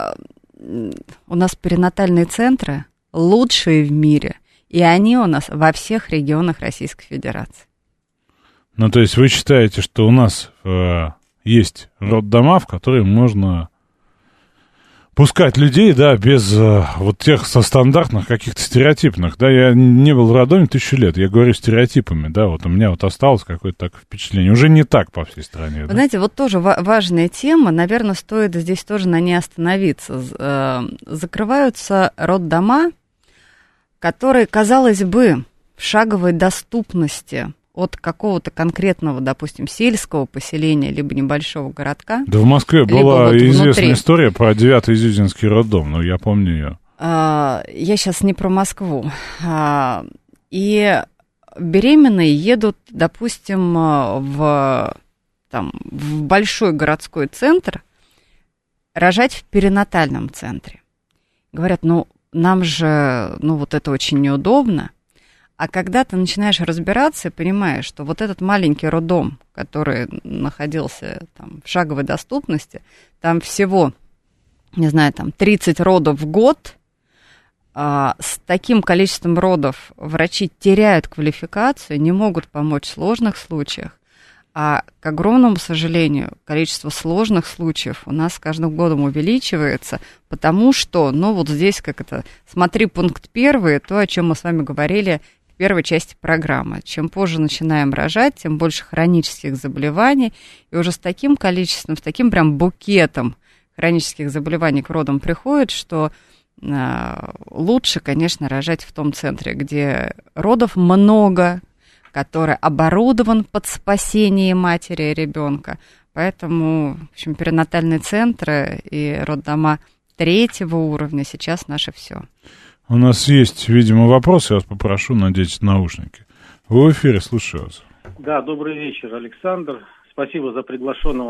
у нас перинатальные центры лучшие в мире, и они у нас во всех регионах Российской Федерации. Ну, то есть вы считаете, что у нас есть роддома, в которые можно пускать людей, да, без вот тех стандартных каких-то стереотипных, да, я не был в роддоме 1000 лет, я говорю стереотипами, да, вот у меня вот осталось какое-то такое впечатление, уже не так по всей стране. Вы да? знаете, вот тоже важная тема, наверное, стоит здесь тоже на ней остановиться. Закрываются роддома, которые, казалось бы, в шаговой доступности от какого-то конкретного, допустим, сельского поселения, либо небольшого городка. Да в Москве была вот известная история про 9-й Изюзинский роддом, но я помню ее. Я сейчас не про Москву. И беременные едут, допустим, в большой городской центр рожать в перинатальном центре. Говорят, нам же, вот это очень неудобно. А когда ты начинаешь разбираться и понимаешь, что вот этот маленький роддом, который находился там в шаговой доступности, там всего, 30 родов в год, с таким количеством родов врачи теряют квалификацию, не могут помочь в сложных случаях. А, к огромному сожалению, количество сложных случаев у нас с каждым годом увеличивается, потому что, вот здесь смотри пункт 1, то, о чем мы с вами говорили в первой части программы. Чем позже начинаем рожать, тем больше хронических заболеваний, и уже с таким количеством, с таким прям букетом хронических заболеваний к родам приходит, что лучше, конечно, рожать в том центре, где родов много, который оборудован под спасение матери и ребенка. Поэтому, в общем, перинатальные центры и роддома 3-го уровня сейчас наше все. У нас есть, видимо, вопрос, я вас попрошу надеть наушники. Вы в эфире, слушаю вас. Да, добрый вечер, Александр. Спасибо за приглашенного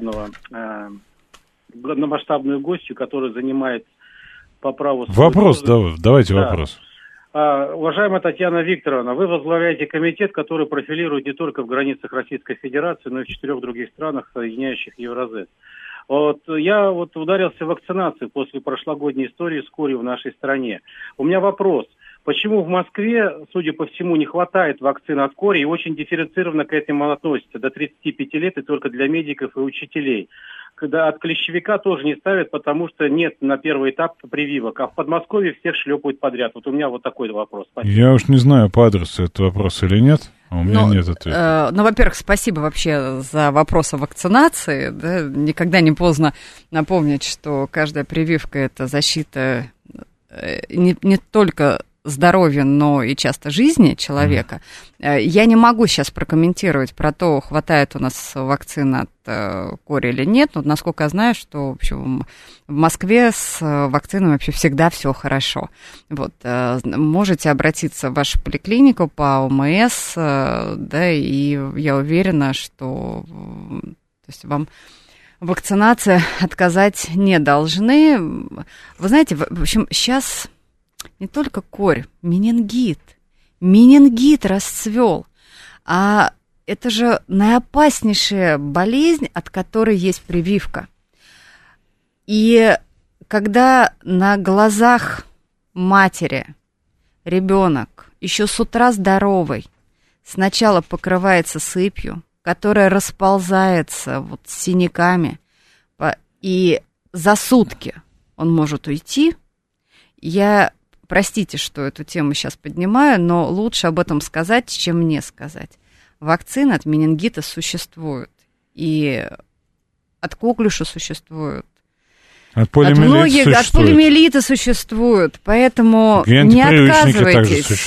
масштабную гостью, которая занимает по праву... Вопрос, давайте вопрос. Уважаемая Татьяна Викторовна, вы возглавляете комитет, который профилирует не только в границах Российской Федерации, но и в 4 других странах, соединяющих Евразес. Я ударился в вакцинацию после прошлогодней истории с корью в нашей стране. У меня вопрос. Почему в Москве, судя по всему, не хватает вакцин от кори и очень дифференцированно к этому относятся до 35 лет и только для медиков и учителей? Когда от клещевика тоже не ставят, потому что нет на первый этап прививок, а в Подмосковье всех шлепают подряд. У меня такой вопрос. Спасибо. Я уж не знаю, по адресу этот вопрос или нет. У меня нет ответа. Во-первых, спасибо вообще за вопрос о вакцинации. Да? Никогда не поздно напомнить, что каждая прививка – это защита не только здоровья, но и часто жизни человека. Я не могу сейчас прокомментировать про то, хватает у нас вакцин от кори или нет, но насколько я знаю, что в общем, в Москве с вакцинами вообще всегда все хорошо. Можете обратиться в вашу поликлинику по ОМС, да, и я уверена, что вам вакцинация отказать не должны. Вы знаете, в общем, сейчас... Не только корь, менингит. Менингит расцвел. А это же наиопаснейшая болезнь, от которой есть прививка. И когда на глазах матери ребенок, еще с утра здоровый, сначала покрывается сыпью, которая расползается с синяками, и за сутки он может уйти, простите, что эту тему сейчас поднимаю, но лучше об этом сказать, чем мне сказать. Вакцины от менингита существуют. И от коклюша существуют. От полиомиелита существует. Поэтому не отказывайтесь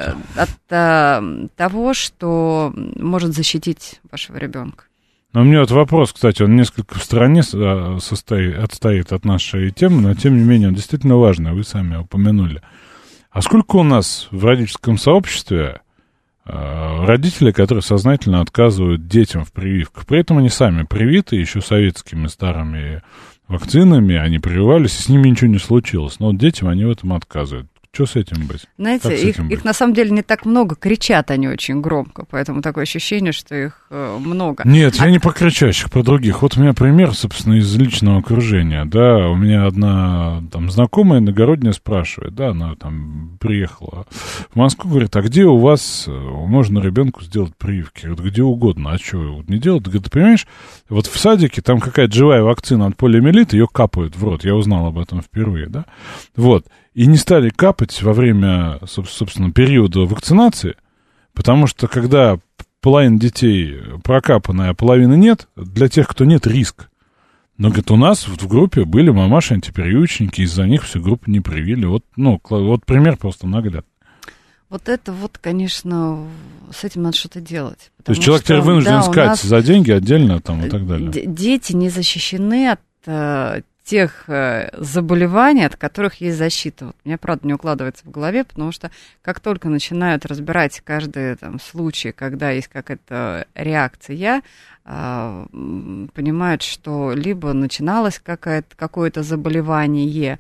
от того, что может защитить вашего ребенка. Но у меня вопрос, кстати, он несколько в стороне отстоит от нашей темы, но тем не менее он действительно важный, вы сами упомянули. А сколько у нас в родительском сообществе родителей, которые сознательно отказывают детям в прививках? При этом они сами привиты еще советскими старыми вакцинами, они прививались, и с ними ничего не случилось. Но детям они в этом отказывают. Что с этим быть? Знаете, их на самом деле не так много, кричат они очень громко, поэтому такое ощущение, что их много. Нет, я не про кричащих, про других. Вот у меня пример, собственно, из личного окружения, да, у меня одна там знакомая иногородняя спрашивает, да, она там приехала в Москву, говорит, а где у вас можно ребенку сделать прививки? Я говорю, где угодно, а что, не делать? Говорит, ты понимаешь, вот в садике там какая-то живая вакцина от полиомиелита, ее капают в рот, я узнал об этом впервые, да, вот. И не стали капать во время, собственно, периода вакцинации, потому что когда половина детей прокапанная, а половины нет, для тех, кто нет, риск. Но, говорит, у нас в группе были мамаши-антипрививочники, из-за них всю группу не привили. Вот, вот пример просто наглядный. Вот это вот, конечно, с этим надо что-то делать. То есть человек теперь вынужден искать за деньги отдельно там, и так далее. Дети не защищены от тех заболеваний, от которых есть защита. Вот мне, правда, не укладывается в голове, потому что как только начинают разбирать каждый там, случай, когда есть какая-то реакция, понимают, что либо начиналось какое-то заболевание,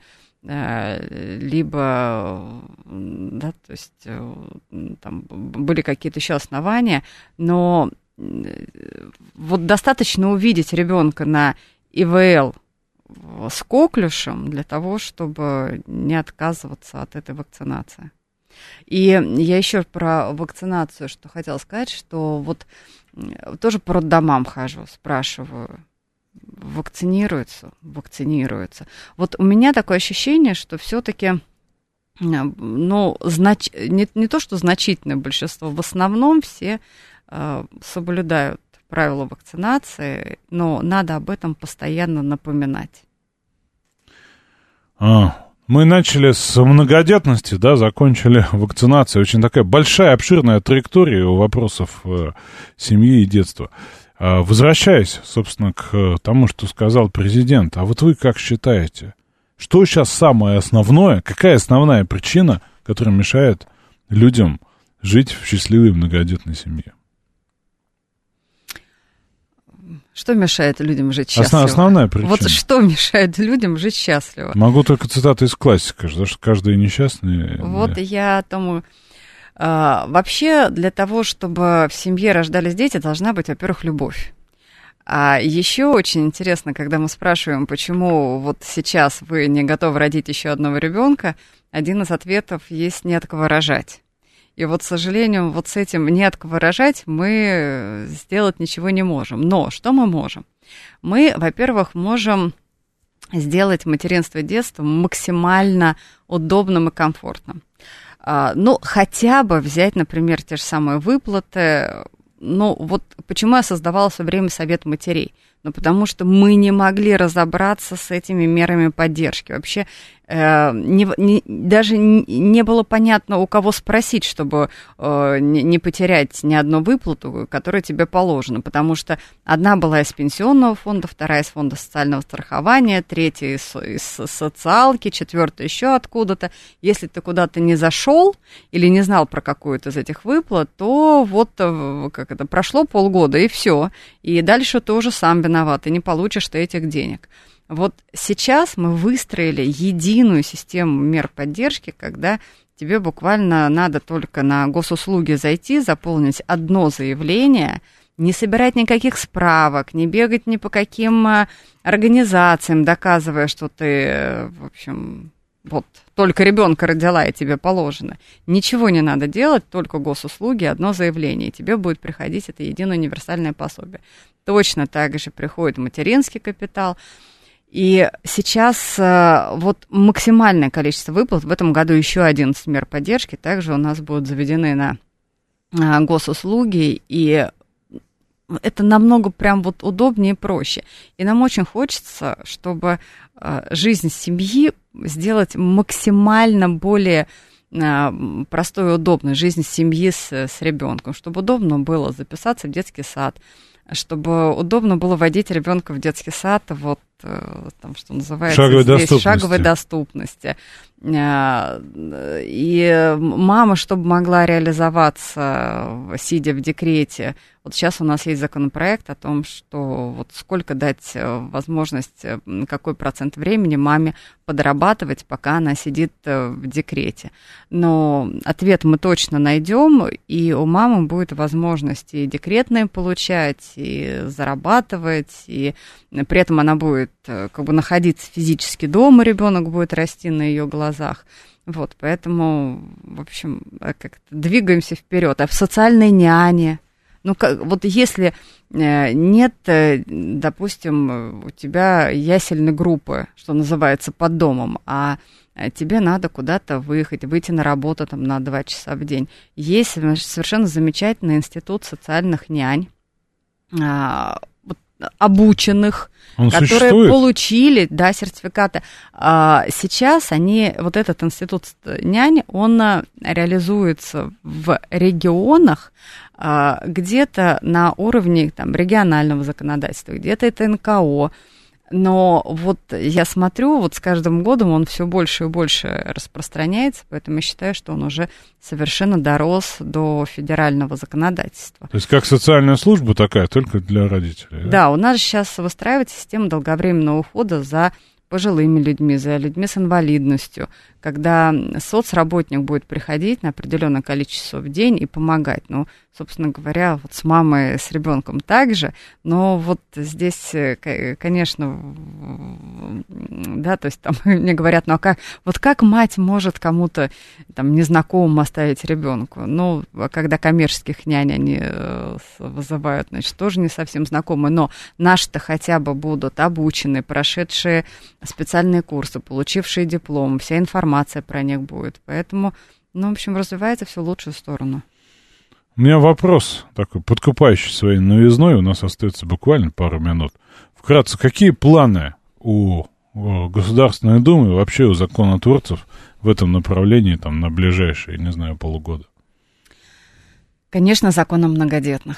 либо, да, то есть там были какие-то еще основания, но вот достаточно увидеть ребенка на ИВЛ с коклюшем для того, чтобы не отказываться от этой вакцинации. И я еще про вакцинацию что хотела сказать, что вот тоже по роддомам хожу, спрашиваю, вакцинируются. Вот у меня такое ощущение, что все-таки, не то, что значительное большинство, в основном все соблюдают правила вакцинации, но надо об этом постоянно напоминать. Мы начали с многодетности, да, закончили вакцинацией. Очень такая большая, обширная траектория у вопросов семьи и детства. Возвращаясь, собственно, к тому, что сказал президент, а вот вы как считаете, что сейчас самое основное, какая основная причина, которая мешает людям жить в счастливой многодетной семье? Что мешает людям жить счастливо? Основная причина. Вот что мешает людям жить счастливо? Могу только цитаты из классика, потому что каждый несчастный... Вот да. Я думаю... Вообще, для того, чтобы в семье рождались дети, должна быть, во-первых, любовь. А еще очень интересно, когда мы спрашиваем, почему вот сейчас вы не готовы родить еще одного ребенка, один из ответов есть не от кого рожать. И вот, к сожалению, вот с этим не от кого рожать мы сделать ничего не можем. Но что мы можем? Мы, во-первых, можем сделать материнство и детство максимально удобным и комфортным. Ну, хотя бы взять, например, те же самые выплаты. Ну, вот почему я создавала в свое время Совет матерей? Ну, потому что мы не могли разобраться с этими мерами поддержки. Вообще даже не было понятно, у кого спросить, чтобы не потерять ни одну выплату, которая тебе положена. Потому что одна была из пенсионного фонда, вторая из фонда социального страхования, третья из социалки, четвертая еще откуда-то. Если ты куда-то не зашел или не знал про какую-то из этих выплат, то вот прошло полгода, и все. И дальше ты уже сам виноват, и не получишь ты этих денег. Вот сейчас мы выстроили единую систему мер поддержки, когда тебе буквально надо только на госуслуги зайти, заполнить одно заявление, не собирать никаких справок, не бегать ни по каким организациям, доказывая, что ты, в общем, вот только ребенка родила и тебе положено. Ничего не надо делать, только госуслуги, одно заявление, и тебе будет приходить это единое универсальное пособие. Точно так же приходит материнский капитал. И сейчас вот максимальное количество выплат, в этом году еще 11 мер поддержки, также у нас будут заведены на госуслуги, и это намного прям вот удобнее и проще. И нам очень хочется, чтобы жизнь семьи сделать максимально более простой и удобной, жизнь семьи с ребенком, чтобы удобно было записаться в детский сад, чтобы удобно было водить ребенка в детский сад вот там, что называется, шаговой доступности. И мама, чтобы могла реализоваться, сидя в декрете, вот сейчас у нас есть законопроект о том, что вот сколько дать возможность, какой процент времени маме подрабатывать, пока она сидит в декрете. Но ответ мы точно найдем, и у мамы будет возможность и декретные получать, и зарабатывать, и при этом она будет как бы находиться физически дома, ребенок будет расти на ее глазах. Вот, поэтому, в общем, как-то двигаемся вперед. А в социальной няне, ну, вот если нет, допустим, у тебя ясельной группы, что называется, под домом, а тебе надо куда-то выйти на работу там, на 2 часа в день. Есть совершенно замечательный институт социальных нянь, обученных, которые получили, да, сертификаты. Сейчас вот этот институт нянь, он реализуется в регионах, где-то на уровне там, регионального законодательства, где-то это НКО. Но вот я смотрю, вот с каждым годом он все больше и больше распространяется, поэтому я считаю, что он уже совершенно дорос до федерального законодательства. То есть как социальная служба такая, только для родителей? Да, у нас сейчас выстраивается система долговременного ухода за пожилыми людьми, за людьми с инвалидностью, когда соцработник будет приходить на определенное количество часов в день и помогать. Ну, собственно говоря, вот с мамой, с ребенком также, но вот здесь, конечно, да, то есть там мне говорят, ну а как мать может кому-то там незнакомому оставить ребенка? Ну, когда коммерческих нянь они вызывают, значит, тоже не совсем знакомые, но наши-то хотя бы будут обучены, прошедшие специальные курсы, получившие диплом, вся информация про них будет. Поэтому, ну, в общем, развивается все в лучшую сторону. У меня вопрос такой, подкупающий своей новизной, у нас остается буквально пару минут. Вкратце, какие планы у Государственной Думы, вообще у законотворцев в этом направлении там, на ближайшие, не знаю, полгода? Конечно, закон о многодетных.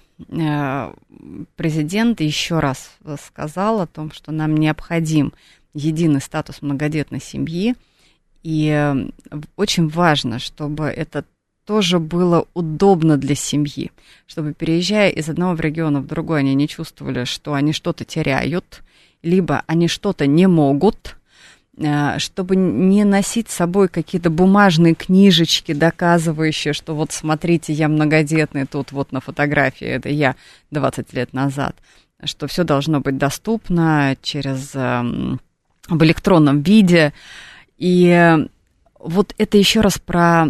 Президент еще раз сказал о том, что нам необходим единый статус многодетной семьи, и очень важно, чтобы это тоже было удобно для семьи, чтобы, переезжая из одного региона в другой, они не чувствовали, что они что-то теряют, либо они что-то не могут, чтобы не носить с собой какие-то бумажные книжечки, доказывающие, что вот смотрите, я многодетный, тут вот на фотографии, это я 20 лет назад, что все должно быть доступно в электронном виде. И вот это еще раз про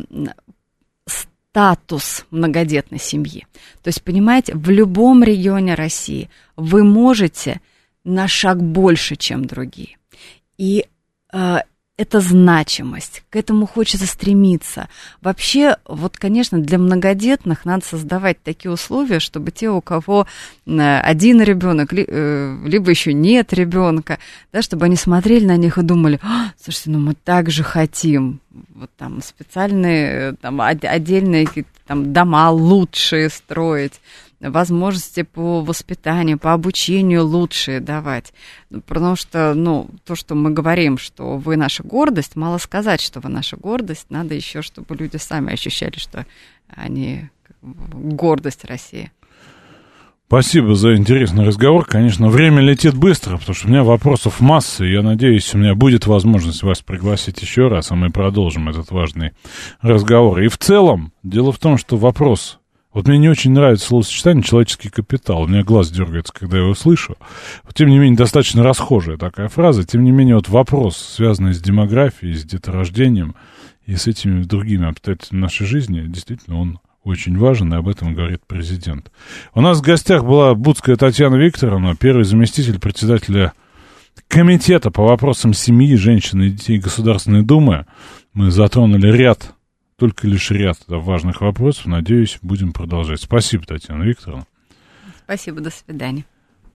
статус многодетной семьи. То есть, понимаете, в любом регионе России вы можете на шаг больше, чем другие. И это значимость, к этому хочется стремиться. Вообще, вот, конечно, для многодетных надо создавать такие условия, чтобы те, у кого один ребенок, либо еще нет ребенка, да, чтобы они смотрели на них и думали, слушайте, ну мы так же хотим, вот там специальные, там отдельные там дома лучшие строить, возможности по воспитанию, по обучению лучшие давать. Потому что, ну, то, что мы говорим, что вы наша гордость, мало сказать, что вы наша гордость. Надо еще, чтобы люди сами ощущали, что они гордость России. Спасибо за интересный разговор. Конечно, время летит быстро, потому что у меня вопросов масса, и я надеюсь, у меня будет возможность вас пригласить еще раз, а мы продолжим этот важный разговор. И в целом, дело в том, что вопрос... Вот мне не очень нравится словосочетание «человеческий капитал». У меня глаз дергается, когда я его слышу. Тем не менее, достаточно расхожая такая фраза. Тем не менее, вот вопрос, связанный с демографией, с деторождением и с этими другими обстоятельствами нашей жизни, действительно, он очень важен, и об этом говорит президент. У нас в гостях была Буцкая Татьяна Викторовна, первый заместитель председателя комитета по вопросам семьи, женщин и детей Государственной Думы. Мы затронули только лишь ряд важных вопросов. Надеюсь, будем продолжать. Спасибо, Татьяна Викторовна. Спасибо, до свидания.